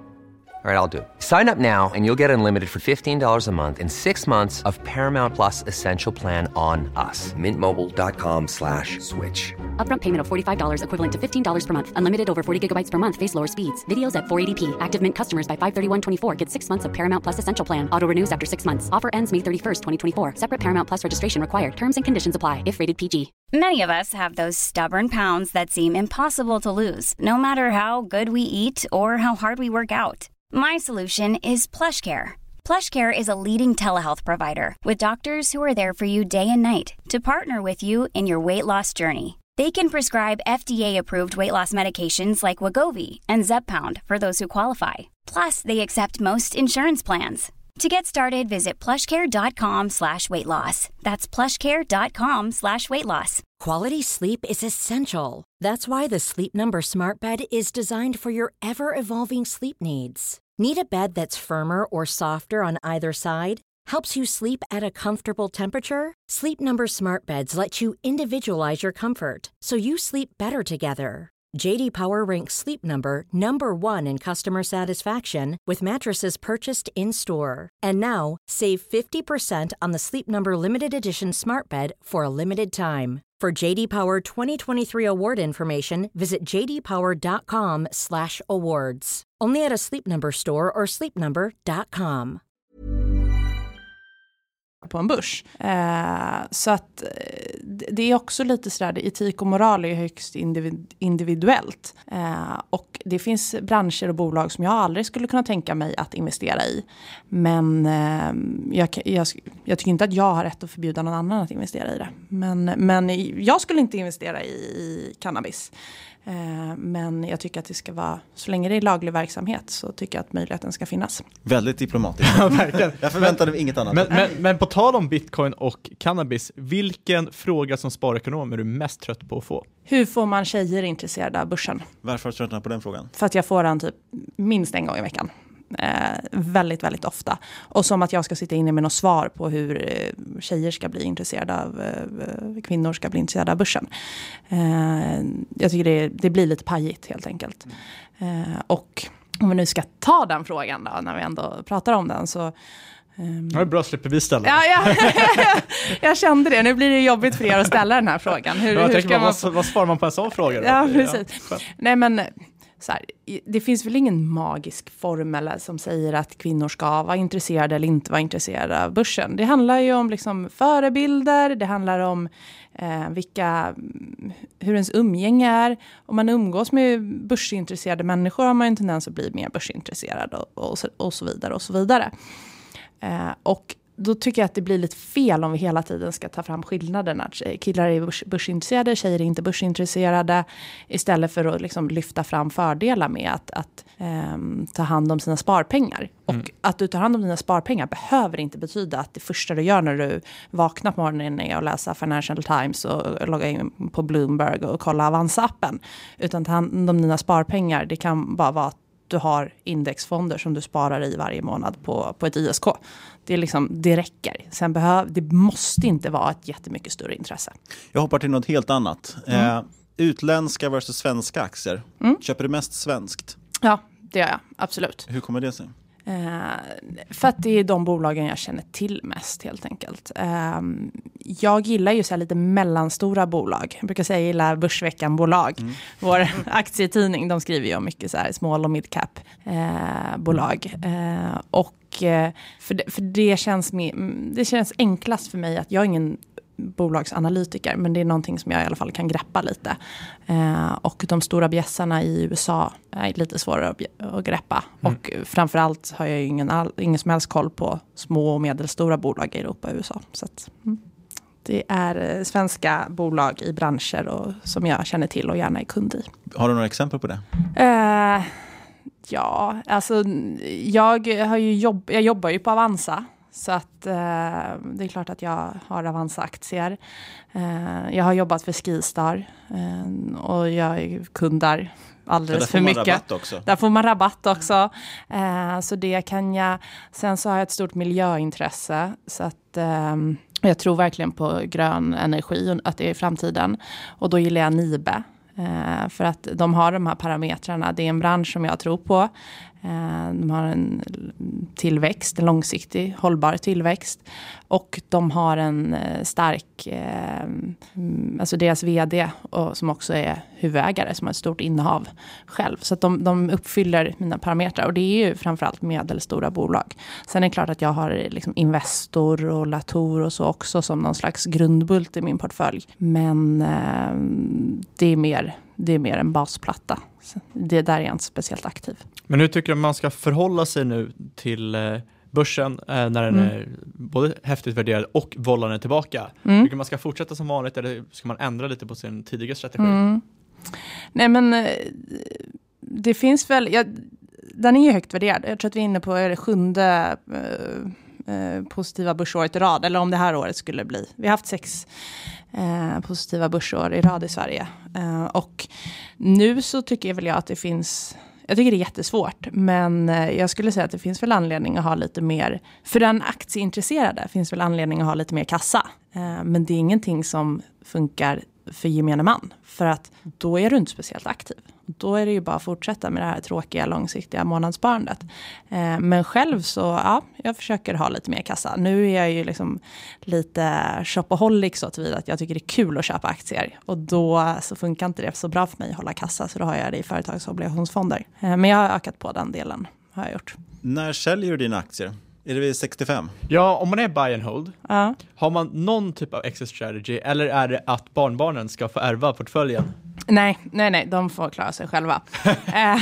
All right, I'll do it. Sign up now and you'll get unlimited for fifteen dollars a month and six months of Paramount Plus Essential Plan on us. Mint Mobile dot com slash switch. Upfront payment of forty-five dollars equivalent to fifteen dollars per month. Unlimited over forty gigabytes per month. Face lower speeds. Videos at four eighty p. Active Mint customers by five thirty-one twenty-four get six months of Paramount Plus Essential Plan. Auto renews after six months. Offer ends May thirty-first, twenty twenty-four. Separate Paramount Plus registration required. Terms and conditions apply if rated P G. Many of us have those stubborn pounds that seem impossible to lose, no matter how good we eat or how hard we work out. My solution is PlushCare. PlushCare is a leading telehealth provider with doctors who are there for you day and night to partner with you in your weight loss journey. They can prescribe F D A-approved weight loss medications like Wegovy and Zepbound for those who qualify. Plus, they accept most insurance plans. To get started, visit plushcare.com slash weight loss. That's plushcare.com slash weight loss. Quality sleep is essential. That's why the Sleep Number Smart Bed is designed for your ever-evolving sleep needs. Need a bed that's firmer or softer on either side? Helps you sleep at a comfortable temperature? Sleep Number Smart Beds let you individualize your comfort, so you sleep better together. J D Power ranks Sleep Number number one in customer satisfaction with mattresses purchased in-store. And now, save fifty percent on the Sleep Number Limited Edition Smart Bed for a limited time. For J D Power twenty twenty-three award information, visit j d power dot com slash awards. Only at a Sleep Number store or sleep number dot com. på en börs. Eh, så att det är också lite sådär, etik och moral är högst individ, individuellt. Eh, och det finns branscher och bolag som jag aldrig skulle kunna tänka mig att investera i. Men eh, jag, jag, jag tycker inte att jag har rätt att förbjuda någon annan att investera i det. Men, men jag skulle inte investera i, i cannabis. Men jag tycker att det ska vara, så länge det är laglig verksamhet så tycker jag att möjligheten ska finnas. Väldigt diplomatiskt. Ja, verkligen. Jag förväntade mig inget annat. Men, men, men på tal om bitcoin och cannabis, vilken fråga som sparekonom är du mest trött på att få? Hur får man tjejer intresserade av börsen? Varför tröttnar på den frågan? För att jag får den typ minst en gång i veckan. Eh, väldigt, väldigt ofta. Och som att jag ska sitta inne med något svar på hur eh, tjejer ska bli intresserade av, eh, kvinnor ska bli intresserade av börsen. Eh, jag tycker det, det blir lite pajigt helt enkelt. Eh, och om vi nu ska ta den frågan då, när vi ändå pratar om den så Um, det är bra, slipper vi ställa. Ja, ja. Jag kände det. Nu blir det jobbigt för er att ställa den här frågan. Hur, jag hur ska man, man... vad, vad svarar man på en sån fråga då? Ja, precis. Ja, Nej, men så här, det finns väl ingen magisk formel som säger att kvinnor ska vara intresserade eller inte vara intresserade av börsen. Det handlar ju om liksom förebilder, det handlar om eh, vilka, hur ens umgänge är. Om man umgås med börsintresserade människor har man en tendens att bli mer börsintresserad och, och, och så vidare och så vidare. Eh, och då tycker jag att det blir lite fel om vi hela tiden ska ta fram skillnaderna. Killar är börs, börsintresserade, tjejer är inte börsintresserade. Istället för att liksom lyfta fram fördelar med att, att um, ta hand om sina sparpengar. Mm. Och att du tar hand om dina sparpengar behöver inte betyda att det första du gör när du vaknar på morgonen är att läsa Financial Times och logga in på Bloomberg och kolla Avanza-appen. Utan ta hand om dina sparpengar, det kan bara vara att du har indexfonder som du sparar i varje månad på, på ett I S K. Det, är liksom, det räcker. Sen behöv, det måste inte vara ett jättemycket större intresse. Jag hoppar till något helt annat. Mm. Eh, utländska versus svenska aktier. Mm. Köper du mest svenskt? Ja, det gör jag. Absolut. Hur kommer det sig? Eh, för att det är de bolagen jag känner till mest helt enkelt. Eh, jag gillar ju så här lite mellanstora bolag. Jag brukar säga jag gillar Börsveckan-bolag. Mm. Vår aktietidning, de skriver ju om mycket så här small och mid cap eh, bolag. Eh, och eh, för, det, för det känns med, det känns enklast för mig att jag är ingen bolagsanalytiker, men det är någonting som jag i alla fall kan greppa lite. Eh, och de stora bjässarna i U S A är lite svårare att, att greppa. Mm. Och framförallt har jag ingen, all, ingen som helst koll på små och medelstora bolag i Europa och U S A. Så att, mm. Det är svenska bolag i branscher och, som jag känner till och gärna är kund i. Har du några exempel på det? Eh, ja, alltså jag, har ju jobb, jag jobbar ju på Avanza. Så att eh, det är klart att jag har Avanza-aktier. Eh, jag har jobbat för Skistar eh, och jag är kundar alldeles för mycket. Där får man rabatt också. Där får man rabatt också. Eh, så det kan jag. Sen så har jag ett stort miljöintresse. Så att eh, jag tror verkligen på grön energi och att det är framtiden. Och då gillar jag Nibe. Eh, för att de har de här parametrarna. Det är en bransch som jag tror på. Eh, de har en tillväxt, en långsiktig, hållbar tillväxt. Och de har en eh, stark, eh, alltså deras vd och, som också är huvudägare som har ett stort innehav själv. Så att de, de uppfyller mina parametrar. Och det är ju framförallt medelstora bolag. Sen är det klart att jag har liksom Investor och Latour och så också som någon slags grundbult i min portfölj. Men eh, det är mer... Det är mer en basplatta. Det där är jag inte speciellt aktiv. Men hur tycker du man ska förhålla sig nu till börsen när den mm. är både häftigt värderad och vollan är tillbaka? Mm. Tycker man ska fortsätta som vanligt eller ska man ändra lite på sin tidigare strategi? Mm. Nej men det finns väl... Jag, den är ju högt värderad. Jag tror att vi är inne på är det sjunde eh, positiva börsåret i rad. Eller om det här året skulle bli. Vi har haft sex... Eh, positiva börsår i rad i Sverige. Eh, och nu så tycker jag väl jag att det finns... Jag tycker det är jättesvårt. Men eh, jag skulle säga att det finns väl anledning att ha lite mer... För den aktieintresserade finns väl anledning att ha lite mer kassa. Eh, men det är ingenting som funkar för gemene man. För att då är du inte speciellt aktiv. Då är det ju bara att fortsätta med det här tråkiga, långsiktiga månadssparandet. Eh, men själv så, ja, jag försöker ha lite mer kassa. Nu är jag ju liksom lite shopaholic så tillvida att jag tycker det är kul att köpa aktier. Och då så funkar inte det så bra för mig att hålla kassa. Så då har jag det i företagsobligationsfonder. Eh, men jag har ökat på den delen, har jag gjort. När säljer du dina aktier? Är det vid sextiofem? Ja, om man är buy and hold, ja. har man någon typ av exit strategy eller är det att barnbarnen ska få ärva portföljen? Nej, nej, nej, de får klara sig själva. eh,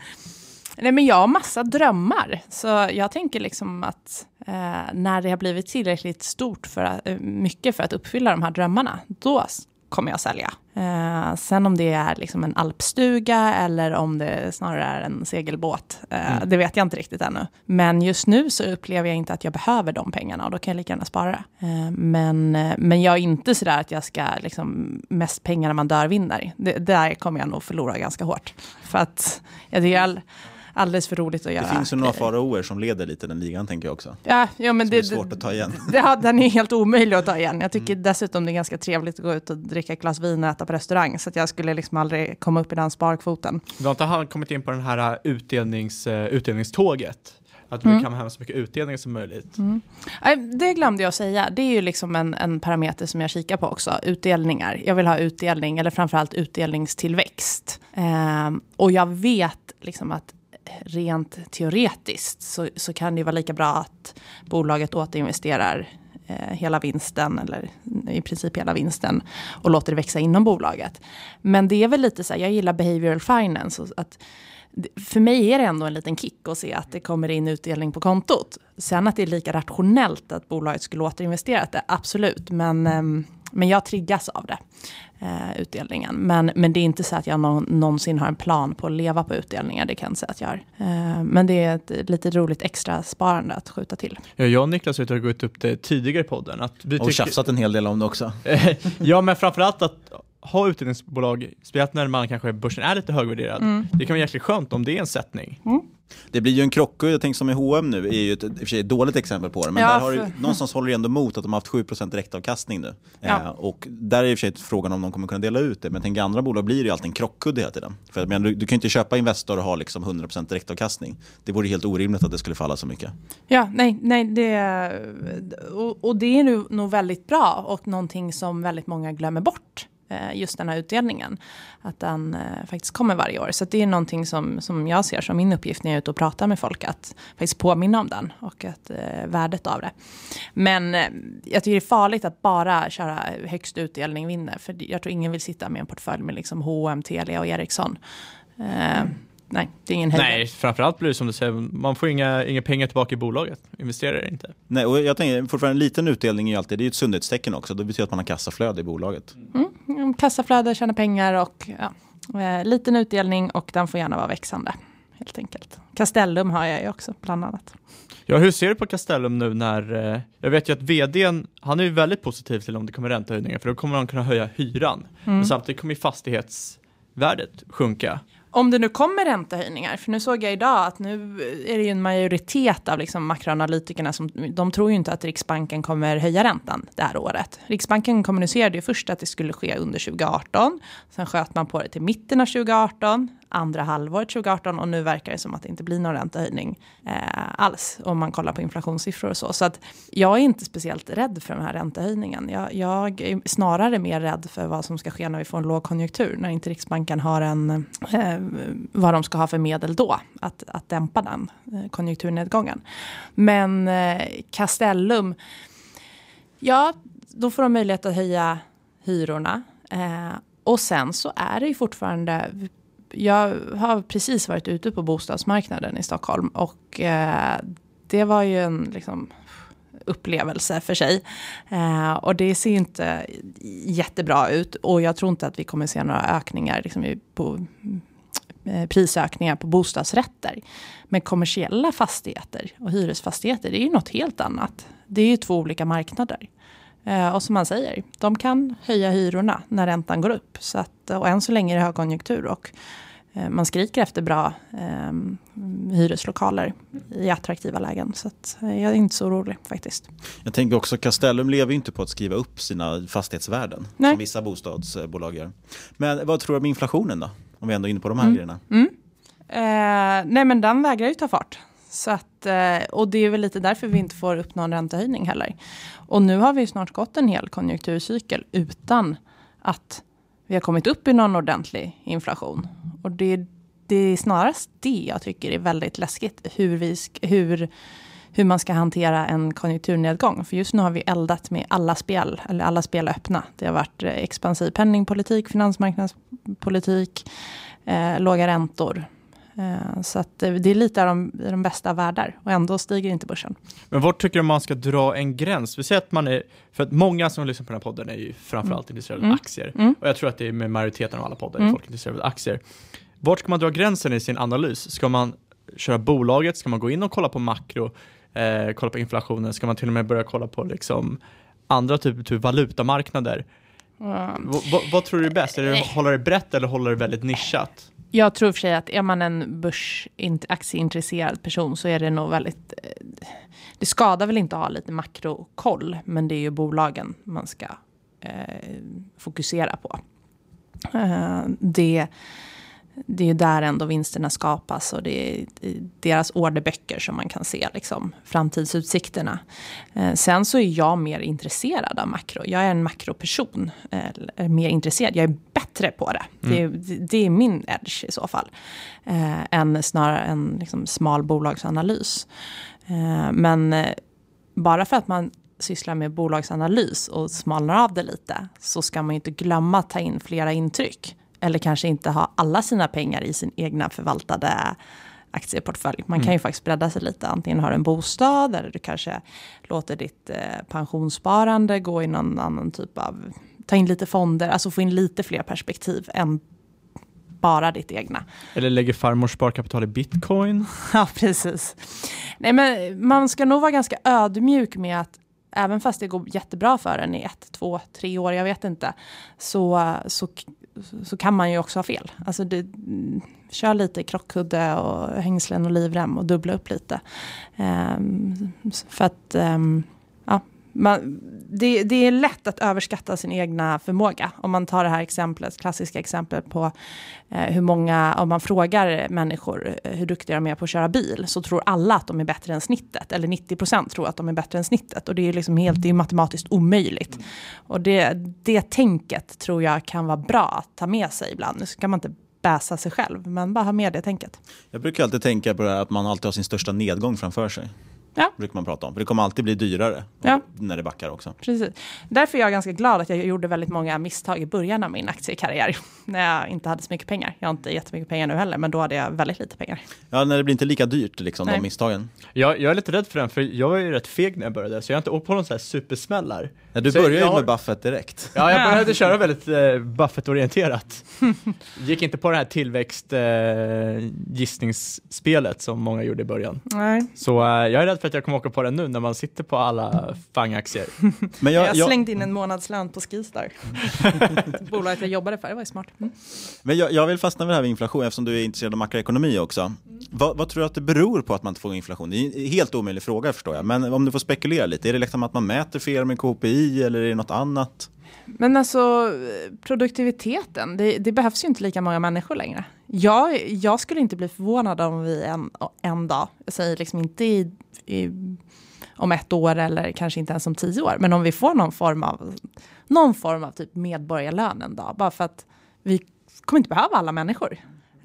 nej, men jag har massa drömmar. Så jag tänker liksom att eh, när det har blivit tillräckligt stort för att, eh, mycket för att uppfylla de här drömmarna, då kommer jag sälja. Eh, sen om det är liksom en alpstuga eller om det snarare är en segelbåt, eh, mm. det vet jag inte riktigt ännu. Men just nu så upplever jag inte att jag behöver de pengarna och då kan jag lika gärna spara. Eh, men, men jag är inte sådär att jag ska liksom, mest pengar när man dör vinner. Det, där kommer jag nog förlora ganska hårt. För att ja, det är all, alldeles för roligt att göra. Det finns ju några faraoer som leder lite den ligan, tänker jag också. Ja, ja men det, det är svårt att ta igen. Det, det, den är helt omöjlig att ta igen. Jag tycker mm. dessutom det är ganska trevligt att gå ut och dricka ett glas vin och äta på restaurang. Så att jag skulle liksom aldrig komma upp i den sparkvoten. Du har inte han kommit in på den här utdelnings, uh, utdelningståget? Att du mm. kan ha så mycket utdelning som möjligt. Mm. Det glömde jag att säga. Det är ju liksom en, en parameter som jag kikar på också. Utdelningar. Jag vill ha utdelning, eller framförallt utdelningstillväxt. Eh, och jag vet liksom att rent teoretiskt så, så kan det vara lika bra att bolaget återinvesterar eh, hela vinsten eller i princip hela vinsten och låter det växa inom bolaget. Men det är väl lite så här, jag gillar behavioral finance och att för mig är det ändå en liten kick att se att det kommer in utdelning på kontot. Sen att det är lika rationellt att bolaget skulle återinvestera det, absolut. Men, eh, men jag triggas av det. Uh, utdelningen. Men, men det är inte så att jag någon, någonsin har en plan på att leva på utdelningar. Det kan jag säga att jag gör. Uh, men det är ett lite roligt extra sparande att skjuta till. Ja, jag och Niklas har gått upp det tidigare i podden. Att vi och tycker... tjafsat en hel del om det också. Ja, men framförallt att ha utdelningsbolag, speciellt när man kanske börsen är lite högvärderad. Mm. Det kan vara jäkligt skönt om det är en sättning. Mm. Det blir ju en krock, och jag tänker som i H och M nu är ju ett, i och för sig ett dåligt exempel på det, men ja, där har det, någonstans håller det ändå mot att de har haft sju procent direktavkastning nu. Ja. Eh, och där är i och för sig frågan om de kommer kunna dela ut det, men tänk andra bolag blir det ju alltid en krockkudde hela tiden. För men, du, du kan ju inte köpa Investor och ha liksom hundra procent direktavkastning. Det vore helt orimligt att det skulle falla så mycket. Ja, nej, nej det, och, och det är nu nog väldigt bra och någonting som väldigt många glömmer bort. Just den här utdelningen, att den eh, faktiskt kommer varje år. Så det är någonting som, som jag ser som min uppgift när jag är ute och pratar med folk, att faktiskt påminna om den och att eh, värdet av det. Men eh, jag tycker det är farligt att bara köra högst utdelning vinner, för jag tror ingen vill sitta med en portfölj med liksom H och M, Telia och Ericsson. Eh, Nej, det är ingen höjning. Nej, framförallt blir det som du säger, man får inga, inga pengar tillbaka i bolaget. Investerar inte. Nej, och jag tänker fortfarande en liten utdelning är alltid, det är ju ett sundhetstecken också. Det betyder att man har kassaflöde i bolaget. Mm, kassaflöde, tjänar pengar och ja, eh, liten utdelning, och den får gärna vara växande, helt enkelt. Castellum har jag ju också, bland annat. Ja, hur ser du på Castellum nu när, eh, jag vet ju att vdn, han är ju väldigt positiv till om det kommer räntehöjningar, för då kommer han kunna höja hyran. Mm. Men samtidigt kommer ju fastighetsvärdet sjunka. Om det nu kommer räntehöjningar, för nu såg jag idag att nu är det ju en majoritet av liksom makroanalytikerna som de tror ju inte att Riksbanken kommer höja räntan det här året. Riksbanken kommunicerade ju först att det skulle ske under tjugo arton, sen sköt man på det till mitten av tjugo arton, andra halvåret tjugo arton, och nu verkar det som att det inte blir någon räntehöjning eh, alls om man kollar på inflationssiffror och så. Så att jag är inte speciellt rädd för den här räntehöjningen. Jag, jag är snarare mer rädd för vad som ska ske när vi får en lågkonjunktur, när inte Riksbanken har en eh, vad de ska ha för medel då att, att dämpa den eh, konjunkturnedgången. Men eh, Castellum, ja, då får de möjlighet att höja hyrorna. Eh, och sen så är det ju fortfarande, jag har precis varit ute på bostadsmarknaden i Stockholm, och eh, det var ju en liksom upplevelse för sig. Eh, och det ser inte jättebra ut, och jag tror inte att vi kommer se några ökningar liksom, på eh, prisökningar på bostadsrätter. Men kommersiella fastigheter och hyresfastigheter, det är ju något helt annat. Det är ju två olika marknader. Eh, och som man säger, de kan höja hyrorna när räntan går upp. Så att, och än så länge är det högkonjunktur, och eh, man skriker efter bra eh, hyreslokaler i attraktiva lägen. Så att, eh, jag är inte så orolig faktiskt. Jag tänker också, Castellum lever ju inte på att skriva upp sina fastighetsvärden. Nej. Som vissa bostadsbolag gör. Men vad tror du om inflationen då? Om vi ändå är inne på de här mm. grejerna. Mm. Eh, nej men den vägrar ju ta fart. Så att, och det är väl lite därför vi inte får upp någon räntehöjning heller. Och nu har vi snart gått en hel konjunkturcykel utan att vi har kommit upp i någon ordentlig inflation. Och det, det är snarast det jag tycker är väldigt läskigt. Hur, vi, hur, hur man ska hantera en konjunkturnedgång. För just nu har vi eldat med alla spel, eller alla spel öppna. Det har varit expansiv penningpolitik, finansmarknadspolitik, eh, låga räntor. Eh, så att det är lite av de, de bästa världar och ändå stiger inte börsen. Men vart tycker du man ska dra en gräns? Vi säger att man är, för att många som lyssnar på den här podden är ju framförallt mm. intresserade av mm. aktier. Mm. Och jag tror att det är med majoriteten av alla poddar mm. folk är intresserade av aktier. Vart ska man dra gränsen i sin analys? Ska man köra bolaget? Ska man gå in och kolla på makro? Eh, kolla på inflationen? Ska man till och med börja kolla på liksom andra typer av valutamarknader? Mm. V- v- vad tror du är bäst? Är det att hålla det brett eller hålla det väldigt nischat? Jag tror för sig att är man en börsaktieintresserad person så är det nog väldigt... Det skadar väl inte att ha lite makrokoll, men det är ju bolagen man ska eh, fokusera på. Eh, det, det är ju där ändå vinsterna skapas och det är deras orderböcker som man kan se liksom, framtidsutsikterna. Eh, sen så är jag mer intresserad av makro. Jag är en makroperson. Eh, mer intresserad. Jag är bättre på det. Mm. Det, det är min edge i så fall. Eh, än snarare en liksom, smal bolagsanalys. Eh, men eh, bara för att man sysslar med bolagsanalys och smalnar av det lite så ska man ju inte glömma att ta in flera intryck. Eller kanske inte ha alla sina pengar i sin egna förvaltade aktieportfölj. Man kan Mm. ju faktiskt bredda sig lite. Antingen har du en bostad eller du kanske låter ditt eh, pensionssparande gå i någon annan typ av... Ta in lite fonder, alltså få in lite fler perspektiv än bara ditt egna. Eller lägger farmors sparkapital i bitcoin? Ja, precis. Nej, men man ska nog vara ganska ödmjuk med att även fast det går jättebra för en i ett, två, tre år, jag vet inte, så, så, så kan man ju också ha fel. Alltså det, kör lite krockkudde och hängslen och livrem och dubbla upp lite. Um, för att um, ja, man, det, det är lätt att överskatta sin egna förmåga. Om man tar det här exemplet, klassiska exemplet på eh, hur många, om man frågar människor eh, hur duktiga de är på att köra bil, så tror alla att de är bättre än snittet. Eller nittio procent tror att de är bättre än snittet. Och det är liksom helt, det är matematiskt omöjligt. Mm. Och det, det tänket tror jag kan vara bra att ta med sig ibland. Nu ska man inte bäsa sig själv, men bara ha med det tänket. Jag brukar alltid tänka på det här att man alltid har sin största nedgång framför sig. Ja. Brukar man prata om. För det kommer alltid bli dyrare ja. när det backar också. Precis. Därför är jag ganska glad att jag gjorde väldigt många misstag i början av min aktiekarriär. När jag inte hade så mycket pengar. Jag har inte jättemycket pengar nu heller, men då hade jag väldigt lite pengar. Ja, när det blir inte lika dyrt, liksom, Nej. de misstagen. Jag, jag är lite rädd för den, för jag var ju rätt feg när jag började, så jag har inte åkt på någon sån här supersmällar. Ja, du så började ju jag... med Buffett direkt. Ja, jag började ja. köra väldigt eh, Buffett-orienterat. Gick inte på det här tillväxt eh, gissningsspelet som många gjorde i början. Nej. Så eh, jag är rädd för att jag kommer åka på det nu när man sitter på alla fangaktier. Men jag, jag slängde in en månadslön på Skistar. Bolaget jag jobbade för, det var ju smart. Mm. Men jag, jag vill fastna vid det här med inflation eftersom du är intresserad av makroekonomi också. Mm. Vad, vad tror du att det beror på att man inte får inflation? Det är en helt omöjlig fråga, förstår jag. Men om du får spekulera lite, är det liksom att man mäter fel med K P I eller är det något annat? Men alltså produktiviteten, det, det behövs ju inte lika många människor längre. Jag, jag skulle inte bli förvånad om vi en, en dag, jag säger liksom inte i, i, om ett år eller kanske inte ens om tio år, men om vi får någon form av någon form av typ medborgarlön en dag, bara för att vi kommer inte behöva alla människor.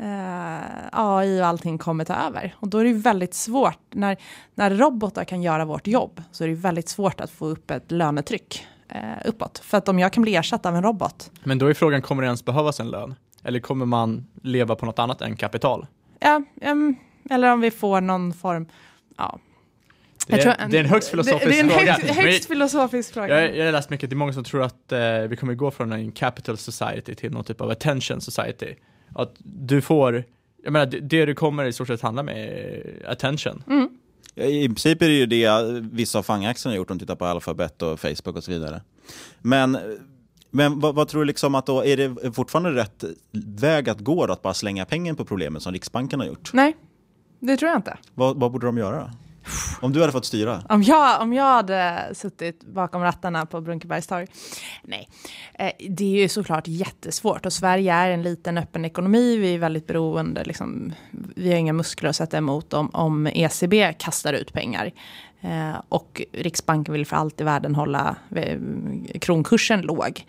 Uh, A I och allting kommer ta över. Och då är det ju väldigt svårt, när, när robotar kan göra vårt jobb, så är det väldigt svårt att få upp ett lönetryck uh, uppåt. För att om jag kan bli ersatt av en robot. Men då är frågan, kommer det ens behövas en lön? Eller kommer man leva på något annat än kapital? Ja, um, eller om vi får någon form, ja. Det är, en, det är en högst filosofisk fråga. Det, det är en högst, högst filosofisk fråga. Jag, jag har läst mycket, det är många som tror att eh, vi kommer gå från en capital society till någon typ av attention society. Att du får, jag menar, det, det du kommer i stort sett handla med attention. Mm. I princip är det ju det vissa av fangaktierna har gjort, om tittar på Alphabet och Facebook och så vidare. Men, men vad, vad tror du liksom att då, är det fortfarande rätt väg att gå då, att bara slänga pengar på problemet som Riksbanken har gjort? Nej, det tror jag inte. Vad, vad borde de göra då? Om du hade fått styra? Om jag, om jag hade suttit bakom rattarna på Brunkebergstorg? Nej. Eh, det är ju såklart jättesvårt. Och Sverige är en liten öppen ekonomi. Vi är väldigt beroende. Liksom, vi har inga muskler att sätta emot om, om E C B kastar ut pengar. Eh, och Riksbanken vill för allt i världen hålla eh, kronkursen låg.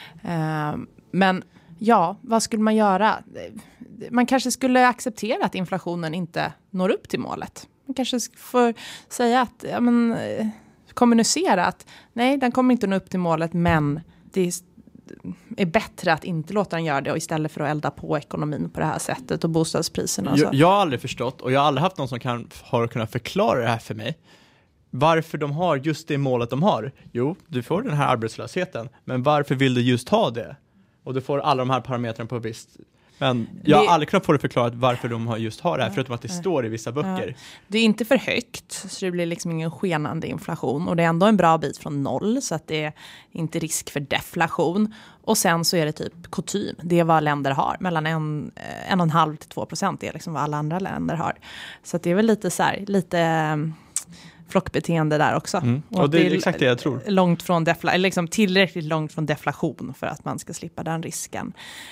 Eh, men ja, vad skulle man göra? Man kanske skulle acceptera att inflationen inte når upp till målet. kanske får säga att, ja, men, kommunicera att nej, den kommer inte nå upp till målet, men det är bättre att inte låta den göra det och istället för att elda på ekonomin på det här sättet och bostadspriserna. Och så. Jag, jag har aldrig förstått och jag har aldrig haft någon som kan, har kunnat förklara det här för mig. Varför de har just det målet de har. Jo, du får den här arbetslösheten, men varför vill du just ha det? Och du får alla de här parametrarna på visst. Men jag har aldrig kunnat få det förklarat varför de har just har det här, förutom att det står i vissa böcker. Ja. Det är inte för högt, så det blir liksom ingen skenande inflation. Och det är ändå en bra bit från noll, så att det är inte risk för deflation. Och sen så är det typ kutym, det är vad länder har. Mellan en, en och en halv till två procent är liksom vad alla andra länder har. Så att det är väl lite så här, lite flockbeteende där också. Mm. Och, och det är exakt det jag tror. Långt från defla- liksom tillräckligt långt från deflation för att man ska slippa den risken.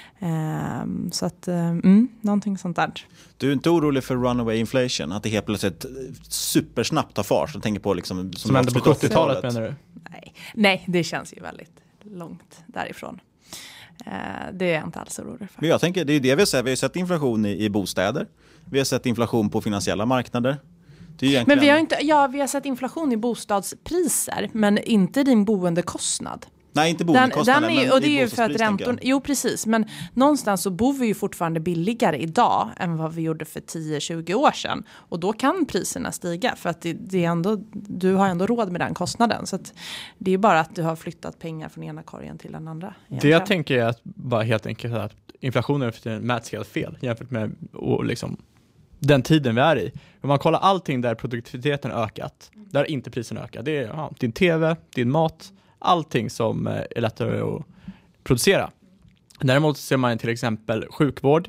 Um, så att, um, mm, någonting sånt där. Du är inte orolig för runaway inflation? Att det helt plötsligt supersnabbt tar fart? Jag tänker på liksom, som, som ändå på sjuttiotalet menar du? Nej. Nej, det känns ju väldigt långt därifrån. Uh, det är jag inte alls orolig för. Men jag tänker, det är det vi har sett. Vi har sett inflation i, i bostäder. Vi har sett inflation på finansiella marknader. Egentligen... Men vi har inte, ja, vi har sett inflation i bostadspriser, men inte din boendekostnad. Nej, inte boendekostnaden, den, den är, men och det i är ju för att räntor, jo precis, men någonstans så bor vi ju fortfarande billigare idag än vad vi gjorde för tio till tjugo år sedan. Och då kan priserna stiga för att det, det är ändå, du har ändå råd med den kostnaden. Så att det är bara att du har flyttat pengar från ena korgen till den andra. Egentligen. Det jag tänker är att bara helt enkelt att inflationen mäts helt fel jämfört med och liksom den tiden vi är i. Om man kollar allting där produktiviteten ökat, där inte priserna ökat. Det är ja, din tv, din mat, allting som är lättare att producera. Däremot ser man till exempel sjukvård,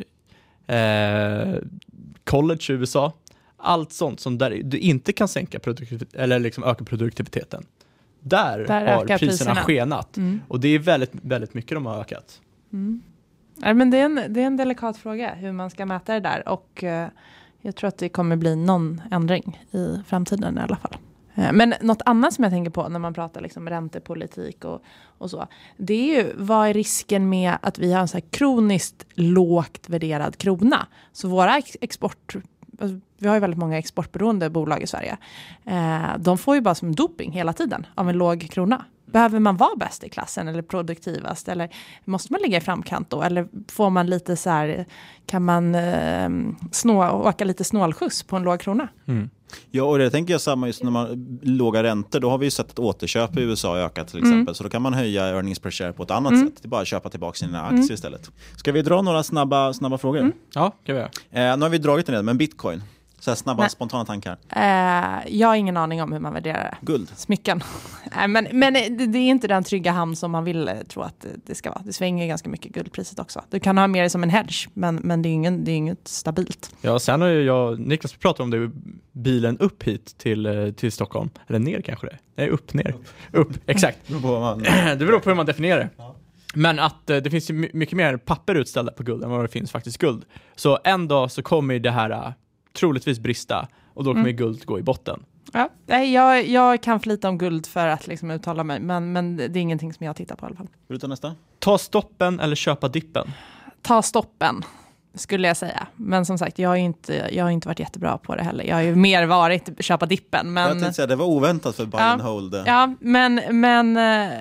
eh, college i U S A, allt sånt som där du inte kan sänka produktivitet eller liksom öka produktiviteten. Där, där har priserna, priserna skenat. Mm. Och det är väldigt, väldigt mycket de har ökat. Mm. Ja, men det är, en, det är en delikat fråga hur man ska mäta det där. Och eh, jag tror att det kommer bli någon ändring i framtiden i alla fall. Eh, men något annat som jag tänker på när man pratar liksom räntepolitik och, och så. Det är ju, vad är risken med att vi har en så här kroniskt lågt värderad krona? Så våra ex- export... Alltså, vi har ju väldigt många exportberoende bolag i Sverige. Eh, de får ju bara som doping hela tiden av en låg krona. Behöver man vara bäst i klassen eller produktivast? Eller måste man ligga i framkant då? Eller får man lite så här, kan man eh, snå, åka lite snålskjuts på en låg krona? Mm. Ja, och det tänker jag samma just när man låga räntor. Då har vi ju sett att återköp i U S A ökat till exempel. Mm. Så då kan man höja earnings per share på ett annat mm. sätt. Det är bara att köpa tillbaka sina aktier mm. istället. Ska vi dra några snabba, snabba frågor? Mm. Ja, kan vi göra. Eh, nu har vi dragit den, men bitcoin. Så här snabba, Nej. spontana tankar. Eh, jag har ingen aning om hur man värderar det. Guld. Smycken. eh, men men det, det är inte den trygga hamn som man vill tro att det ska vara. Det svänger ganska mycket guldpriset också. Du kan ha mer som en hedge, men, men det är ingen, det är inget stabilt. Ja, sen har jag Niklas pratat om det, bilen upp hit till, till Stockholm. Eller ner kanske det. Nej, upp, ner. Upp, upp exakt. Det beror på hur man definierar det. Ja. Men att eh, det finns ju mycket mer papper utställda på guld än vad det finns faktiskt guld. Så en dag så kommer det här troligtvis brista och då kommer mm. guld gå i botten. Ja, jag, jag kan för lite om guld för att liksom uttala mig, men, men det är ingenting som jag tittar på i alla fall. Vill du ta nästa? Ta stoppen eller köpa dippen? Ta stoppen, skulle jag säga. Men som sagt, jag har inte, jag har inte varit jättebra på det heller. Jag har ju mer varit köpa dippen. Men... Jag tänkte säga, det var oväntat för buy ja, and hold. Ja, men, men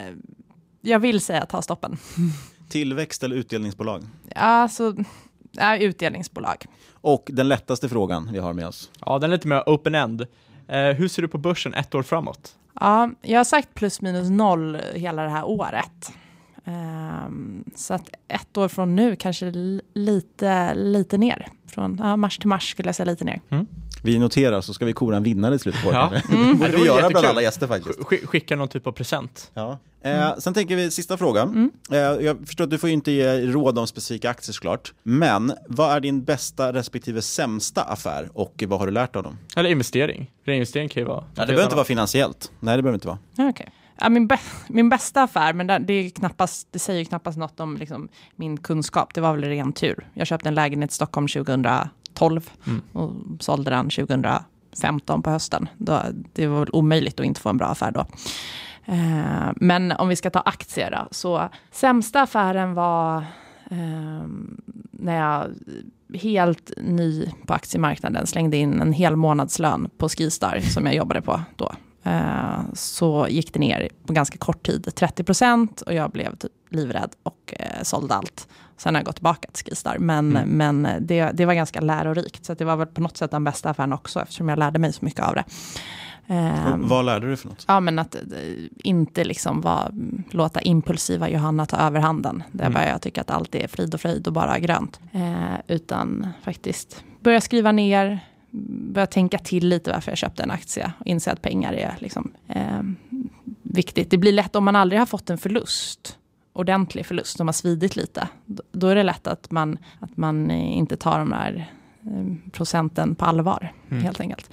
jag vill säga ta stoppen. Tillväxt eller utdelningsbolag? Ja, så... Ja, utdelningsbolag. Och den lättaste frågan vi har med oss. Ja, den är lite mer open-end. Eh, hur ser du på börsen ett år framåt? Ja, jag har sagt plus minus noll hela det här året. Um, så att ett år från nu kanske l- lite, lite ner. Från ja, mars till mars skulle jag säga lite ner. Mm. Vi noterar så ska vi kora en vinnare i slutet på ja. det. Mm. borde vi göra bland alla gäster faktiskt. Sk- skicka någon typ av present. Ja. Eh, mm. Sen tänker vi sista frågan. Mm. Eh, jag förstår att du får inte ge råd om specifika aktier såklart. Men vad är din bästa respektive sämsta affär och vad har du lärt av dem? Eller investering. Reinvestering kan ju vara. Ja, det behöver inte vara finansiellt. Nej, det behöver inte vara. Okej. Okay. Ja, min, bä- min bästa affär, men det, är knappast, det säger ju knappast något om liksom, min kunskap. Det var väl ren tur. Jag köpte en lägenhet i Stockholm tjugohundratolv mm. och sålde den tjugohundrafemton på hösten. Då, det var väl omöjligt att inte få en bra affär då. Eh, men om vi ska ta aktier då, så sämsta affären var eh, när jag helt ny på aktiemarknaden, slängde in en hel månadslön på Skistar som jag jobbade på då. Eh, så gick det ner på ganska kort tid, trettio procent, och jag blev typ livrädd och eh, sålde allt. Sen har jag gått tillbaka till Skistar, men, mm. men det, det var ganska lärorikt, så att det var väl på något sätt den bästa affären också, eftersom jag lärde mig så mycket av det. Um, vad lärde du för något? Ja, men att inte liksom var, låta impulsiva Johanna ta överhanden. Där mm. jag tycker att allt är frid och fröjd och bara grönt. Eh, utan faktiskt börja skriva ner, börja tänka till lite varför jag köpte en aktie. Och inse att pengar är liksom, eh, viktigt. Det blir lätt om man aldrig har fått en förlust, ordentlig förlust, som har svidit lite. Då är det lätt att man, att man inte tar de där procenten på allvar, mm. helt enkelt.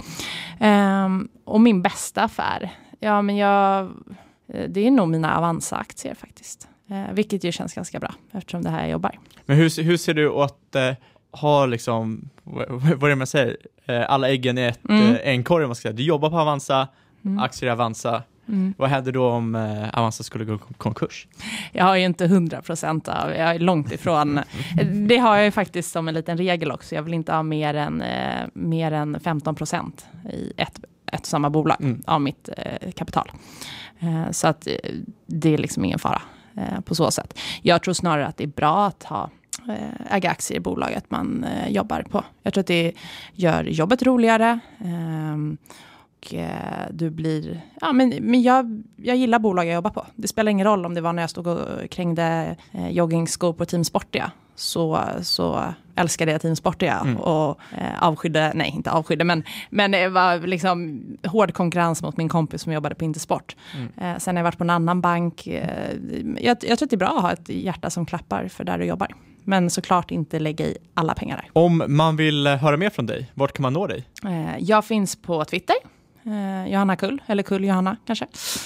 Um, och min bästa affär, ja men jag, det är nog mina Avanza-aktier faktiskt. Uh, vilket ju känns ganska bra, eftersom det här jag jobbar. Men hur, hur ser du att uh, ha liksom, vad är det man säger, uh, alla äggen i ett, mm. uh, en korg, man ska säga. Du jobbar på Avanza, mm. aktier i Avanza. Mm. Vad händer då om eh, Avanza skulle gå konkurs? Jag har ju inte hundra procent av, jag är långt ifrån. Det har jag ju faktiskt som en liten regel också. Jag vill inte ha mer än, eh, mer än femton procent i ett, ett samma bolag mm. av mitt eh, kapital. Eh, så att eh, det är liksom ingen fara eh, på så sätt. Jag tror snarare att det är bra att ha eh, äga aktier i bolaget man eh, jobbar på. Jag tror att det gör jobbet roligare. Eh, Och du blir, ja men, men jag, jag gillar bolag jag jobbar på. Det spelar ingen roll om det var när jag stod och krängde eh, joggingskor på Team Sportia. Så, så älskade jag Team Sportia mm. och eh, avskydde, nej inte avskydde, men, men det var liksom hård konkurrens mot min kompis som jobbade på Intersport. Mm. Eh, sen har jag varit på en annan bank. Eh, jag, jag tror att det är bra att ha ett hjärta som klappar för där du jobbar. Men såklart inte lägga i alla pengar där. Om man vill höra mer från dig, vart kan man nå dig? Eh, jag finns på Twitter. Eh, Johanna Kull, eller Kull Johanna kanske.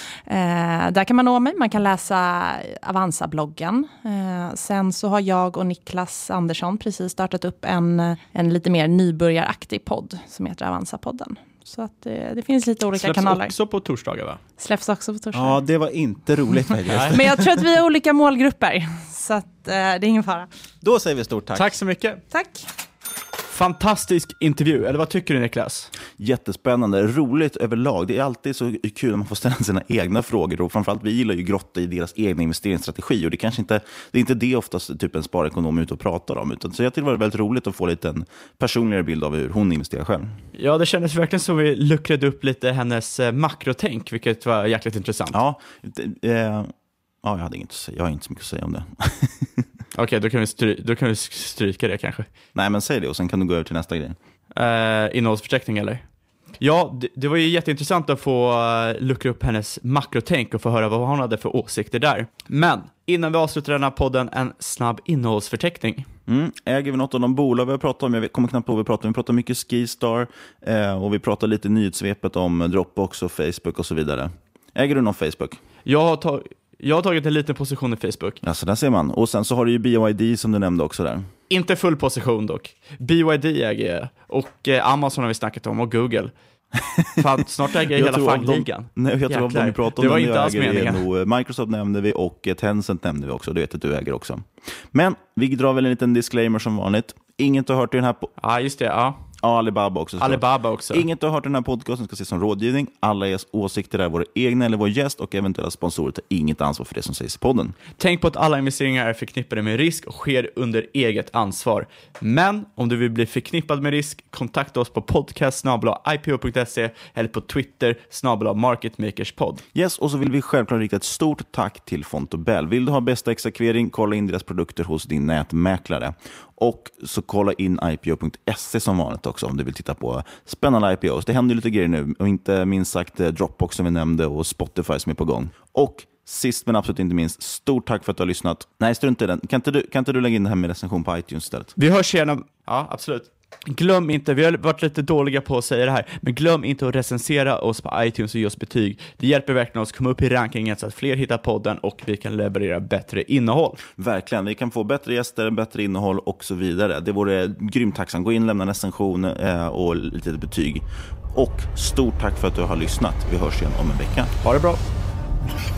Eh, där kan man nå mig. Man kan läsa Avanza-bloggen. Eh, sen så har jag och Niklas Andersson precis startat upp en, en lite mer nybörjaraktig podd som heter Avanza-podden. Så att eh, det finns lite olika Släpps kanaler. Släpps också på torsdagar, va? Släpps också på torsdagar. Ja, det var inte roligt faktiskt. Men jag tror att vi har olika målgrupper. Så att eh, det är ingen fara. Då säger vi stort tack. Tack så mycket. Tack. Fantastisk intervju, eller vad tycker du, Niklas? Jättespännande, roligt överlag. Det är alltid så kul när man får ställa sina egna frågor, och framförallt vi gillar ju grotta i deras egna investeringsstrategi, och det kanske inte det är inte det oftast typ en sparekonom ute och pratar om, utan så jag tycker det var väldigt roligt att få lite en personligare bild av hur hon investerar själv. Ja, det kändes verkligen som vi luckrade upp lite hennes makrotänk, vilket var jäkligt intressant. Ja, det, eh, ja jag hade inget att säga. Jag har inte så mycket att säga om det. Okej, okay, då, kan vi stry- då kan vi stryka det kanske. Nej, men säg det och sen kan du gå över till nästa grej. Uh, innehållsförteckning eller? Ja, det, det var ju jätteintressant att få uh, luckra upp hennes makrotänk och få höra vad hon hade för åsikter där. Men innan vi avslutar den här podden, en snabb innehållsförteckning. Mm. Äger vi något av de bolag vi har pratat om? Jag kommer knappt på vad vi pratar om. Vi pratar mycket Skistar eh, och vi pratar lite nyhetssvepet om Dropbox och Facebook och så vidare. Äger du någon Facebook? Jag har tagit... Jag har tagit en liten position i Facebook. Ja, så där ser man. Och sen så har du ju B Y D som du nämnde också där. Inte full position dock. B Y D äger jag. Och eh, Amazon har vi snackat om. Och Google. Fan, snart äger jag, jag hela fangligan. Nej, jag tror att de vi pratade om. Det var inte alls meningen. Microsoft nämnde vi och Tencent nämnde vi också. Du vet att du äger också. Men vi drar väl en liten disclaimer som vanligt. Inget har hört i den här... Po- ja, ah, just det. Ja. Ja, Alibaba också. Alibaba också. Inget du har hört i den här podcasten ska ses som rådgivning. Alla er åsikter är våra egna eller vår gäst, och eventuella sponsorer tar inget ansvar för det som sägs i podden. Tänk på att alla investeringar är förknippade med risk och sker under eget ansvar. Men om du vill bli förknippad med risk, kontakta oss på podcast snabel-a i p o punkt se eller på Twitter snabel-a marketmakerspod. Yes, och så vill vi självklart rikta ett stort tack till Fontobel. Vill du ha bästa exakvering, kolla in deras produkter hos din nätmäklare. Och så kolla in i p o punkt se som vanligt också om du vill titta på spännande I P Os. Det händer lite grejer nu, och inte minst sagt Dropbox som vi nämnde och Spotify som är på gång. Och sist men absolut inte minst, stort tack för att du har lyssnat. Nej, strunt i den. Kan inte du, kan inte du lägga in det här med recension på iTunes istället? Vi hörs gärna. Ja, absolut. Glöm inte, vi har varit lite dåliga på att säga det här, men glöm inte att recensera oss på iTunes och ge oss betyg. Det hjälper verkligen oss att komma upp i rankingen så att fler hittar podden och vi kan leverera bättre innehåll. Verkligen, vi kan få bättre gäster, bättre innehåll och så vidare. Det vore grymt tacksam. Gå in, lämna en recension eh, och lite betyg. Och stort tack för att du har lyssnat. Vi hörs igen om en vecka. Ha det bra.